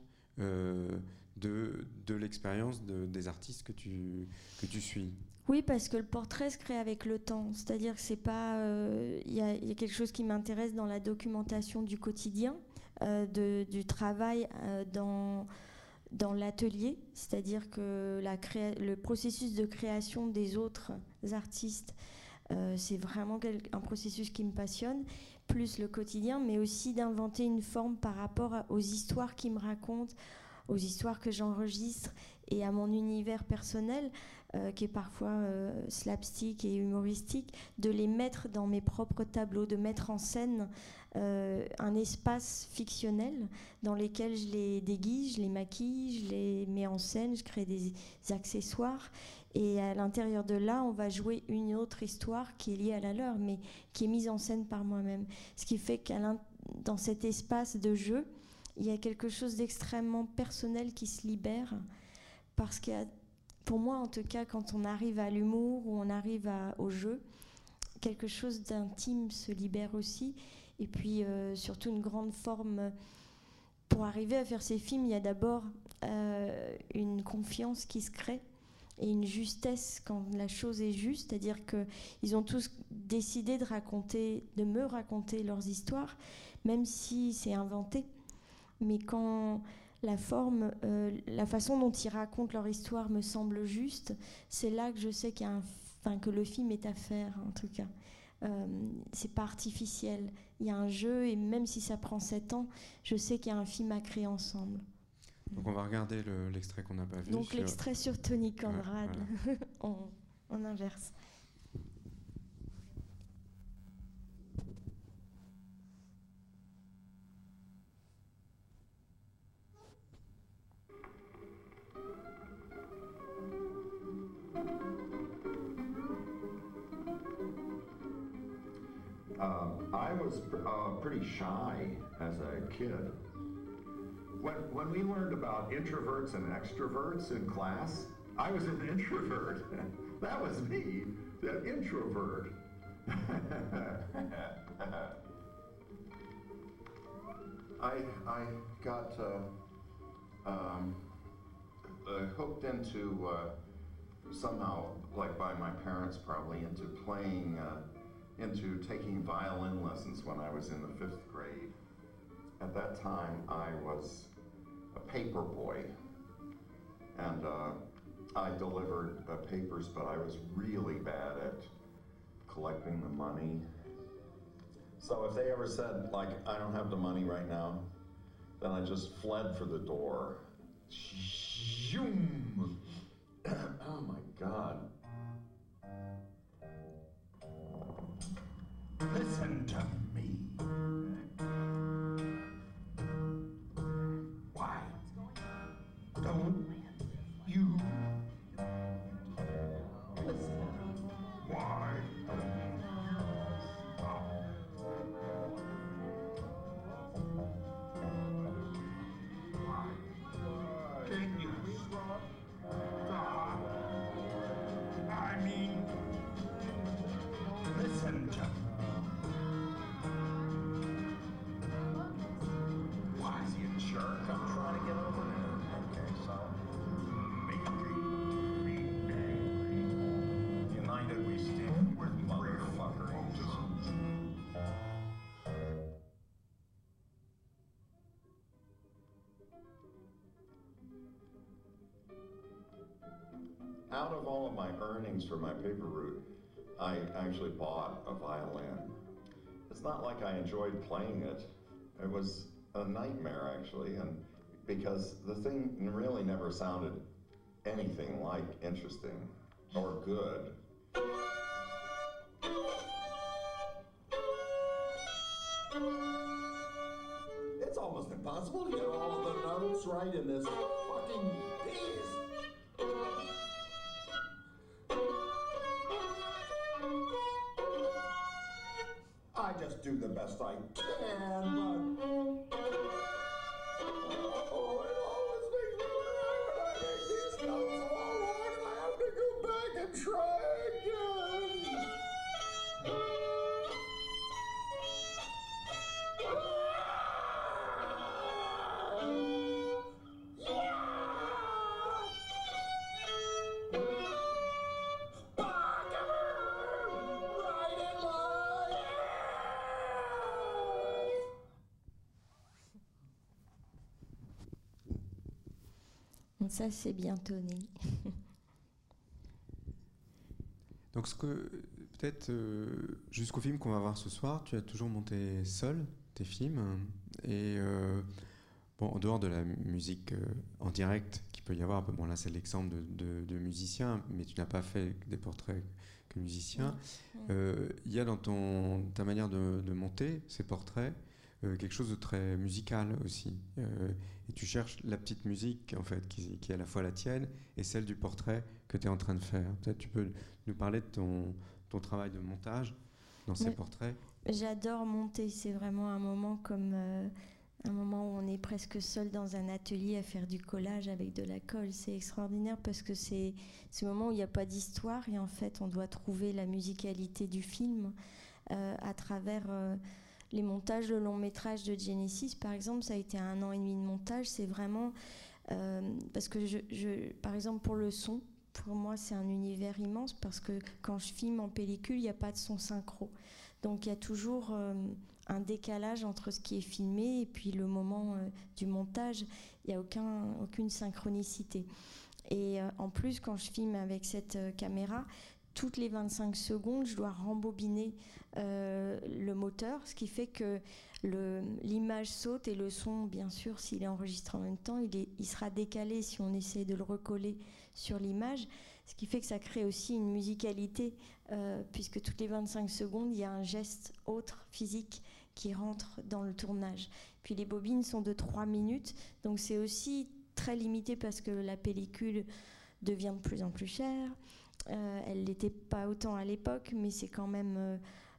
C: de l'expérience des artistes que tu suis.
B: Oui, parce que le portrait se crée avec le temps. C'est-à-dire que c'est pas... y a quelque chose qui m'intéresse dans la documentation du quotidien, du travail dans l'atelier, c'est-à-dire que le processus de création des autres artistes, c'est vraiment un processus qui me passionne, plus le quotidien, mais aussi d'inventer une forme par rapport aux histoires qu'ils me racontent, aux histoires que j'enregistre et à mon univers personnel, qui est parfois slapstick et humoristique, de les mettre dans mes propres tableaux, de mettre en scène un espace fictionnel dans lequel je les déguise, je les maquille, je les mets en scène, je crée des accessoires. Et à l'intérieur de là, on va jouer une autre histoire qui est liée à la leur, mais qui est mise en scène par moi-même. Ce qui fait que dans cet espace de jeu, il y a quelque chose d'extrêmement personnel qui se libère, parce que pour moi, en tout cas, quand on arrive à l'humour ou on arrive au jeu, quelque chose d'intime se libère aussi. Et puis, surtout une grande forme... Pour arriver à faire ces films, il y a d'abord une confiance qui se crée et une justesse quand la chose est juste. C'est-à-dire qu'ils ont tous décidé de me raconter leurs histoires, même si c'est inventé. Mais quand la forme, la façon dont ils racontent leur histoire me semble juste, c'est là que je sais que le film est à faire, en tout cas. C'est pas artificiel. Il y a un jeu, et même si ça prend 7 ans, je sais qu'il y a un film à créer ensemble.
C: Donc on va regarder l'extrait qu'on n'a pas vu.
B: Donc l'extrait sur Tony Conrad, ouais, voilà. en inverse.
D: I was pretty shy as a kid. When we learned about introverts and extroverts in class, I was an introvert. That was me, the introvert. I got hooked into somehow, like by my parents probably, into playing, into taking violin lessons when I was in the 5th grade. At that time, I was a paper boy, and I delivered papers, but I was really bad at collecting the money. So if they ever said, like, I don't have the money right now, then I just fled for the door. Zoom! Oh my God.
J: Listen to me. Why don't you listen? Why? Can you stop? I mean, listen to me. Why is he a jerk? I'm trying to get over there. Okay, so make me angry. United we stand with motherfucker.
D: Out of all of my earnings for my paper route, I actually bought a violin. It's not like I enjoyed playing it. It was a nightmare, actually, and because the thing really never sounded anything like interesting or good.
K: It's almost impossible to get all of the notes right in this fucking piece. I just do the best I can, but oh, it always makes me cry when I make these notes all wrong and I have to go back and try again.
B: Ça, c'est bien tonné.
C: Donc, peut-être jusqu'au film qu'on va voir ce soir, tu as toujours monté seul tes films. Et bon, en dehors de la musique en direct qu'il peut y avoir, bon, là c'est l'exemple de musicien, mais tu n'as pas fait des portraits que musicien. Il y a dans ta manière de monter ces portraits quelque chose de très musical aussi. Et tu cherches la petite musique en fait qui est à la fois la tienne et celle du portrait que tu es en train de faire. Peut-être tu peux nous parler de ton travail de montage dans ces portraits.
B: J'adore monter, c'est vraiment un moment comme un moment où on est presque seul dans un atelier à faire du collage avec de la colle. C'est extraordinaire parce que c'est ce moment où il n'y a pas d'histoire et en fait on doit trouver la musicalité du film à travers les montages. Le long métrage de Genesis par exemple, ça a été 1 an et demi de montage. C'est vraiment parce que par exemple pour le son, pour moi c'est un univers immense parce que quand je filme en pellicule il n'y a pas de son synchro, donc il y a toujours un décalage entre ce qui est filmé et puis le moment du montage. Il n'y a aucune synchronicité et en plus quand je filme avec cette caméra, toutes les 25 secondes, je dois rembobiner le moteur, ce qui fait que l'image saute et le son, bien sûr, s'il est enregistré en même temps, il sera décalé si on essaie de le recoller sur l'image, ce qui fait que ça crée aussi une musicalité, puisque toutes les 25 secondes, il y a un geste autre, physique, qui rentre dans le tournage. Puis les bobines sont de 3 minutes, donc c'est aussi très limité parce que la pellicule devient de plus en plus chère. Elle n'était pas autant à l'époque, mais c'est quand même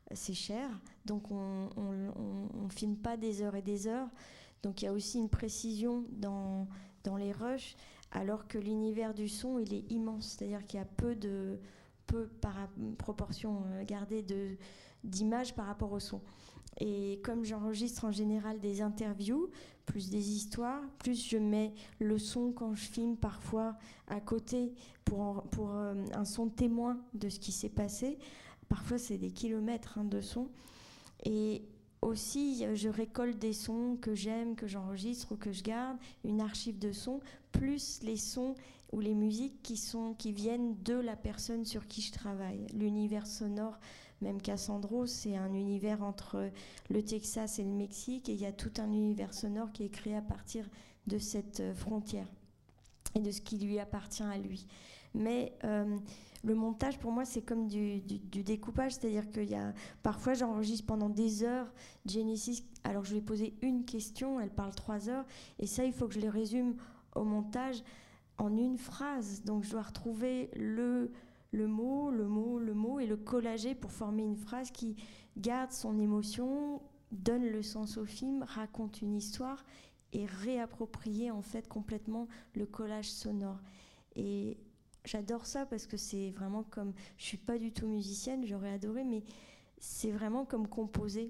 B: c'est cher, donc on filme pas des heures et des heures. Donc il y a aussi une précision dans les rushs, alors que l'univers du son, il est immense. C'est-à-dire qu'il y a peu par proportion gardée d'images par rapport au son. Et comme j'enregistre en général des interviews, plus des histoires, plus je mets le son quand je filme parfois à côté pour un son témoin de ce qui s'est passé. Parfois c'est des kilomètres de son. Et aussi je récolte des sons que j'aime, que j'enregistre ou que je garde, une archive de sons, plus les sons ou les musiques qui viennent de la personne sur qui je travaille. L'univers sonore, même Cassandro, c'est un univers entre le Texas et le Mexique, et il y a tout un univers sonore qui est créé à partir de cette frontière et de ce qui lui appartient à lui. Mais le montage, pour moi, c'est comme du découpage, c'est-à-dire que parfois j'enregistre pendant des heures Genesis, alors je lui ai posé une question, elle parle 3 heures, et ça, il faut que je le résume au montage en une phrase. Donc je dois retrouver le mot et le collager pour former une phrase qui garde son émotion, donne le sens au film, raconte une histoire et réapproprier en fait complètement le collage sonore. Et j'adore ça parce que c'est vraiment comme... Je suis pas du tout musicienne, j'aurais adoré, mais c'est vraiment comme composer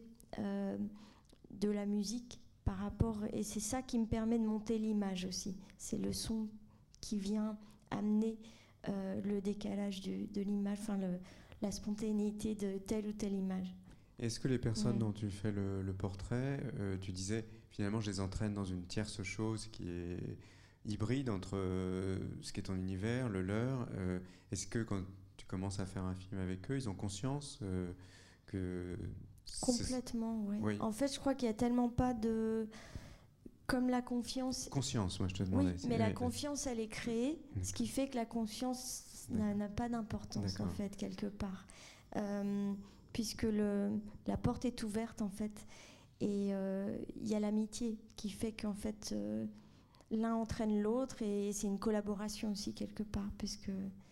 B: de la musique par rapport... Et c'est ça qui me permet de monter l'image aussi. C'est le son qui vient amener le décalage de l'image, enfin la spontanéité de telle ou telle image.
C: Est-ce que les personnes dont tu fais le portrait, tu disais finalement je les entraîne dans une tierce chose qui est hybride entre ce qui est ton univers, le leur. Est-ce que quand tu commences à faire un film avec eux, ils ont conscience que...
B: Complètement, oui. Oui. En fait, je crois qu'il n'y a tellement pas de... Comme la confiance...
C: Conscience, moi je te demandais.
B: Oui, mais la confiance, elle est créée, ce qui fait que la confiance n'a pas d'importance, en fait, quelque part. Puisque la porte est ouverte, en fait. Et il y a l'amitié qui fait qu'en fait, l'un entraîne l'autre, et c'est une collaboration aussi, quelque part, puisque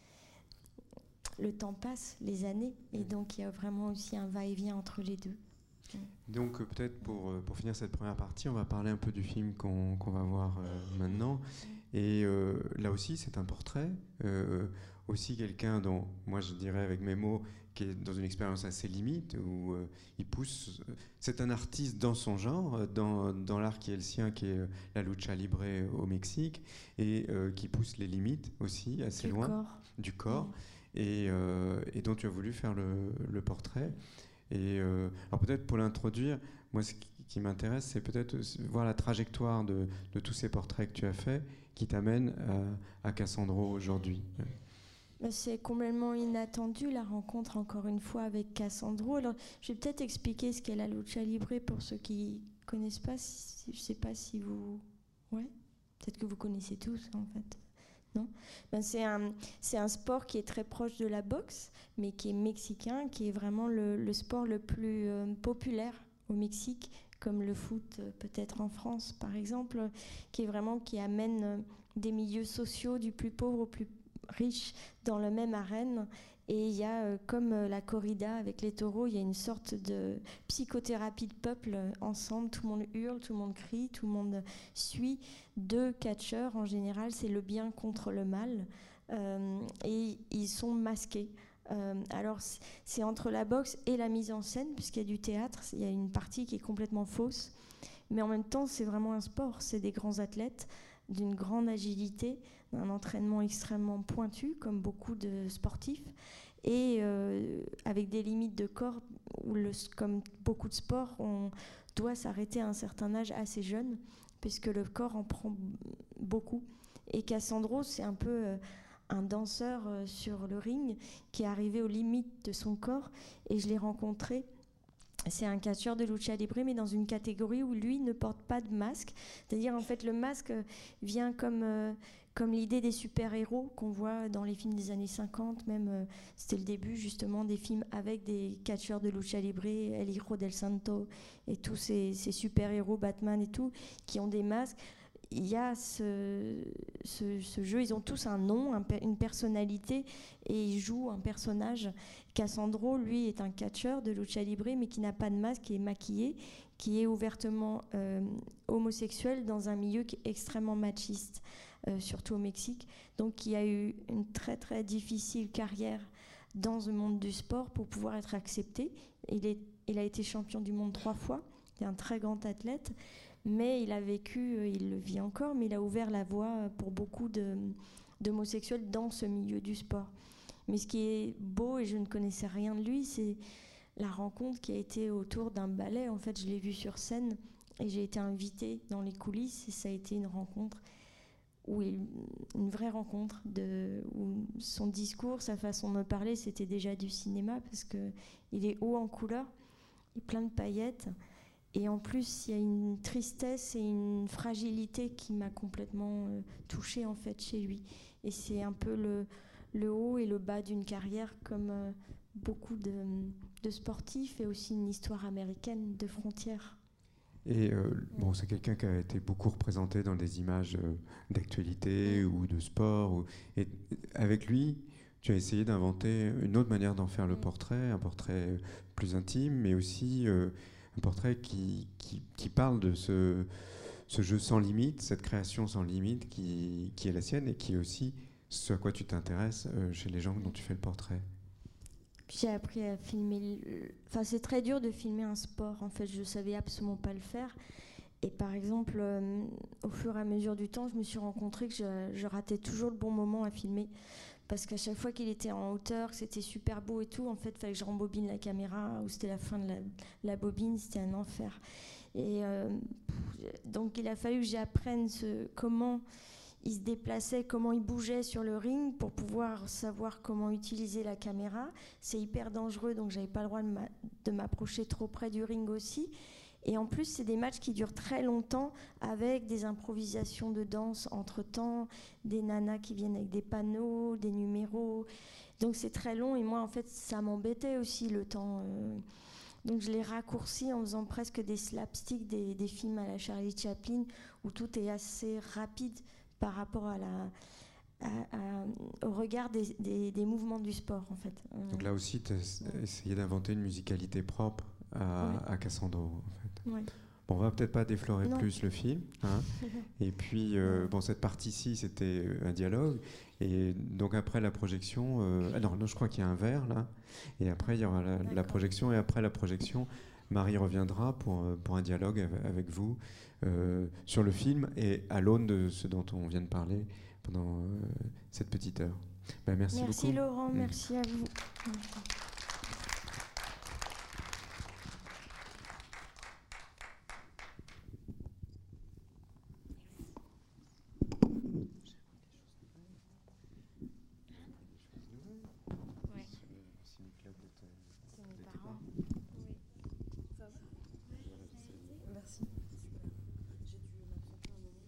B: le temps passe, les années, et donc il y a vraiment aussi un va-et-vient entre les deux.
C: Donc peut-être pour finir cette première partie, on va parler un peu du film qu'on va voir maintenant. Et là aussi, c'est un portrait. Aussi quelqu'un dont, moi je dirais avec mes mots, qui est dans une expérience assez limite, où il pousse... C'est un artiste dans son genre, dans l'art qui est le sien, qui est la lucha libre au Mexique, et qui pousse les limites aussi, assez loin, du corps, et dont tu as voulu faire le portrait. Et alors peut-être pour l'introduire, moi ce qui m'intéresse, c'est peut-être voir la trajectoire de tous ces portraits que tu as faits qui t'amènent à Cassandro aujourd'hui.
B: C'est complètement inattendu, la rencontre encore une fois avec Cassandro. Alors, je vais peut-être expliquer ce qu'est la lucha libre pour ceux qui ne connaissent pas. Je ne sais pas si vous... Ouais, peut-être que vous connaissez tous en fait. Non, c'est un sport qui est très proche de la boxe, mais qui est mexicain, qui est vraiment le sport le plus populaire au Mexique, comme le foot peut-être en France par exemple, qui amène des milieux sociaux du plus pauvre au plus riche dans la même arène. Et il y a, comme la corrida avec les taureaux, il y a une sorte de psychothérapie de peuple ensemble. Tout le monde hurle, tout le monde crie, tout le monde suit. 2 catcheurs, en général, c'est le bien contre le mal. Et ils sont masqués. Alors, c'est entre la boxe et la mise en scène, puisqu'il y a du théâtre. Il y a une partie qui est complètement fausse. Mais en même temps, c'est vraiment un sport. C'est des grands athlètes d'une grande agilité, d'un entraînement extrêmement pointu, comme beaucoup de sportifs, et avec des limites de corps où, comme beaucoup de sports, on doit s'arrêter à un certain âge assez jeune, puisque le corps en prend beaucoup. Et Cassandro, c'est un peu un danseur sur le ring qui est arrivé aux limites de son corps, et je l'ai rencontré. C'est un catcheur de lucha libre, mais dans une catégorie où lui ne porte pas de masque. C'est-à-dire, en fait, le masque vient comme l'idée des super-héros qu'on voit dans les films des années 50. Même, c'était le début, justement, des films avec des catcheurs de lucha libre, El Hijo del Santo, et tous ces super-héros, Batman et tout, qui ont des masques. il y a ce jeu, ils ont tous un nom, une personnalité, et ils jouent un personnage. Cassandro, lui, est un catcheur de lucha libre, mais qui n'a pas de masque, qui est maquillé, qui est ouvertement homosexuel dans un milieu qui est extrêmement machiste, surtout au Mexique. Donc, qui a eu une très, très difficile carrière dans le monde du sport pour pouvoir être accepté. Il a été champion du monde 3 fois. C'est un très grand athlète. Mais il a vécu, il le vit encore, mais il a ouvert la voie pour beaucoup d'homosexuels dans ce milieu du sport. Mais ce qui est beau, et je ne connaissais rien de lui, c'est la rencontre qui a été autour d'un ballet. En fait, je l'ai vu sur scène et j'ai été invitée dans les coulisses, et ça a été une rencontre, une vraie rencontre, où son discours, sa façon de me parler, c'était déjà du cinéma, parce qu'il est haut en couleur, il est plein de paillettes. Et en plus, il y a une tristesse et une fragilité qui m'a complètement touchée en fait chez lui. Et c'est un peu le haut et le bas d'une carrière, comme beaucoup de sportifs, et aussi une histoire américaine de frontières.
C: Et c'est quelqu'un qui a été beaucoup représenté dans des images d'actualité ou de sport. Et avec lui, tu as essayé d'inventer une autre manière d'en faire le portrait, un portrait plus intime, mais aussi un portrait qui parle de ce jeu sans limite, cette création sans limite qui est la sienne, et qui est aussi ce à quoi tu t'intéresses chez les gens dont tu fais le portrait.
B: J'ai appris à filmer. C'est très dur de filmer un sport. En fait, je ne savais absolument pas le faire. Et par exemple, au fur et à mesure du temps, je me suis rencontrée que je ratais toujours le bon moment à filmer. Parce qu'à chaque fois qu'il était en hauteur, que c'était super beau et tout, en fait, il fallait que je rembobine la caméra, ou c'était la fin de la bobine, c'était un enfer. Et donc, il a fallu que j'apprenne comment il se déplaçait, comment il bougeait sur le ring pour pouvoir savoir comment utiliser la caméra. C'est hyper dangereux, donc j'avais pas le droit de m'approcher trop près du ring aussi. Et en plus, c'est des matchs qui durent très longtemps, avec des improvisations de danse entre-temps, des nanas qui viennent avec des panneaux, des numéros. Donc c'est très long, et moi, en fait, ça m'embêtait aussi le temps. Donc je l'ai raccourci en faisant presque des slapsticks, des films à la Charlie Chaplin, où tout est assez rapide par rapport au regard des mouvements du sport, en fait.
C: Donc là aussi, tu as essayé d'inventer une musicalité propre à Cassandro, en fait.
B: Ouais.
C: Bon, on va peut-être pas déflorer plus le film, hein. Et puis, cette partie-ci, c'était un dialogue. Et donc après la projection, non, je crois qu'il y a un verre là. Et après, il y aura la projection. Et après la projection, Marie reviendra pour un dialogue avec vous sur le film et à l'aune de ce dont on vient de parler pendant cette petite heure. Merci beaucoup.
B: Merci Laurent, merci à vous.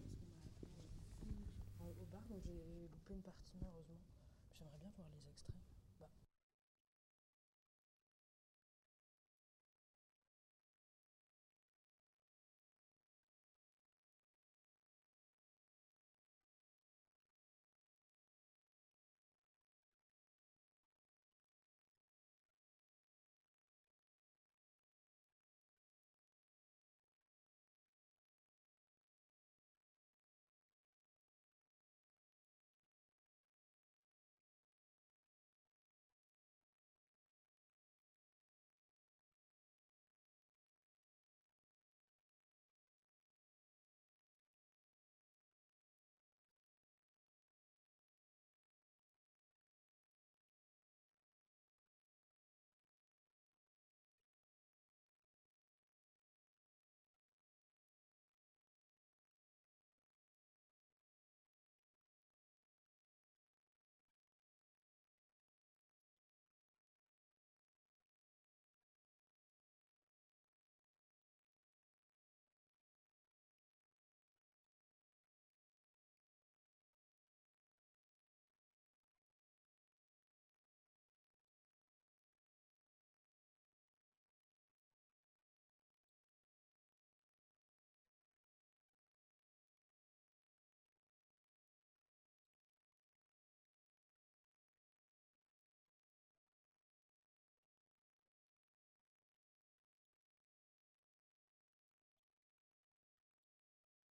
A: J'ai loupé une partie malheureusement. J'aimerais bien voir les extraits.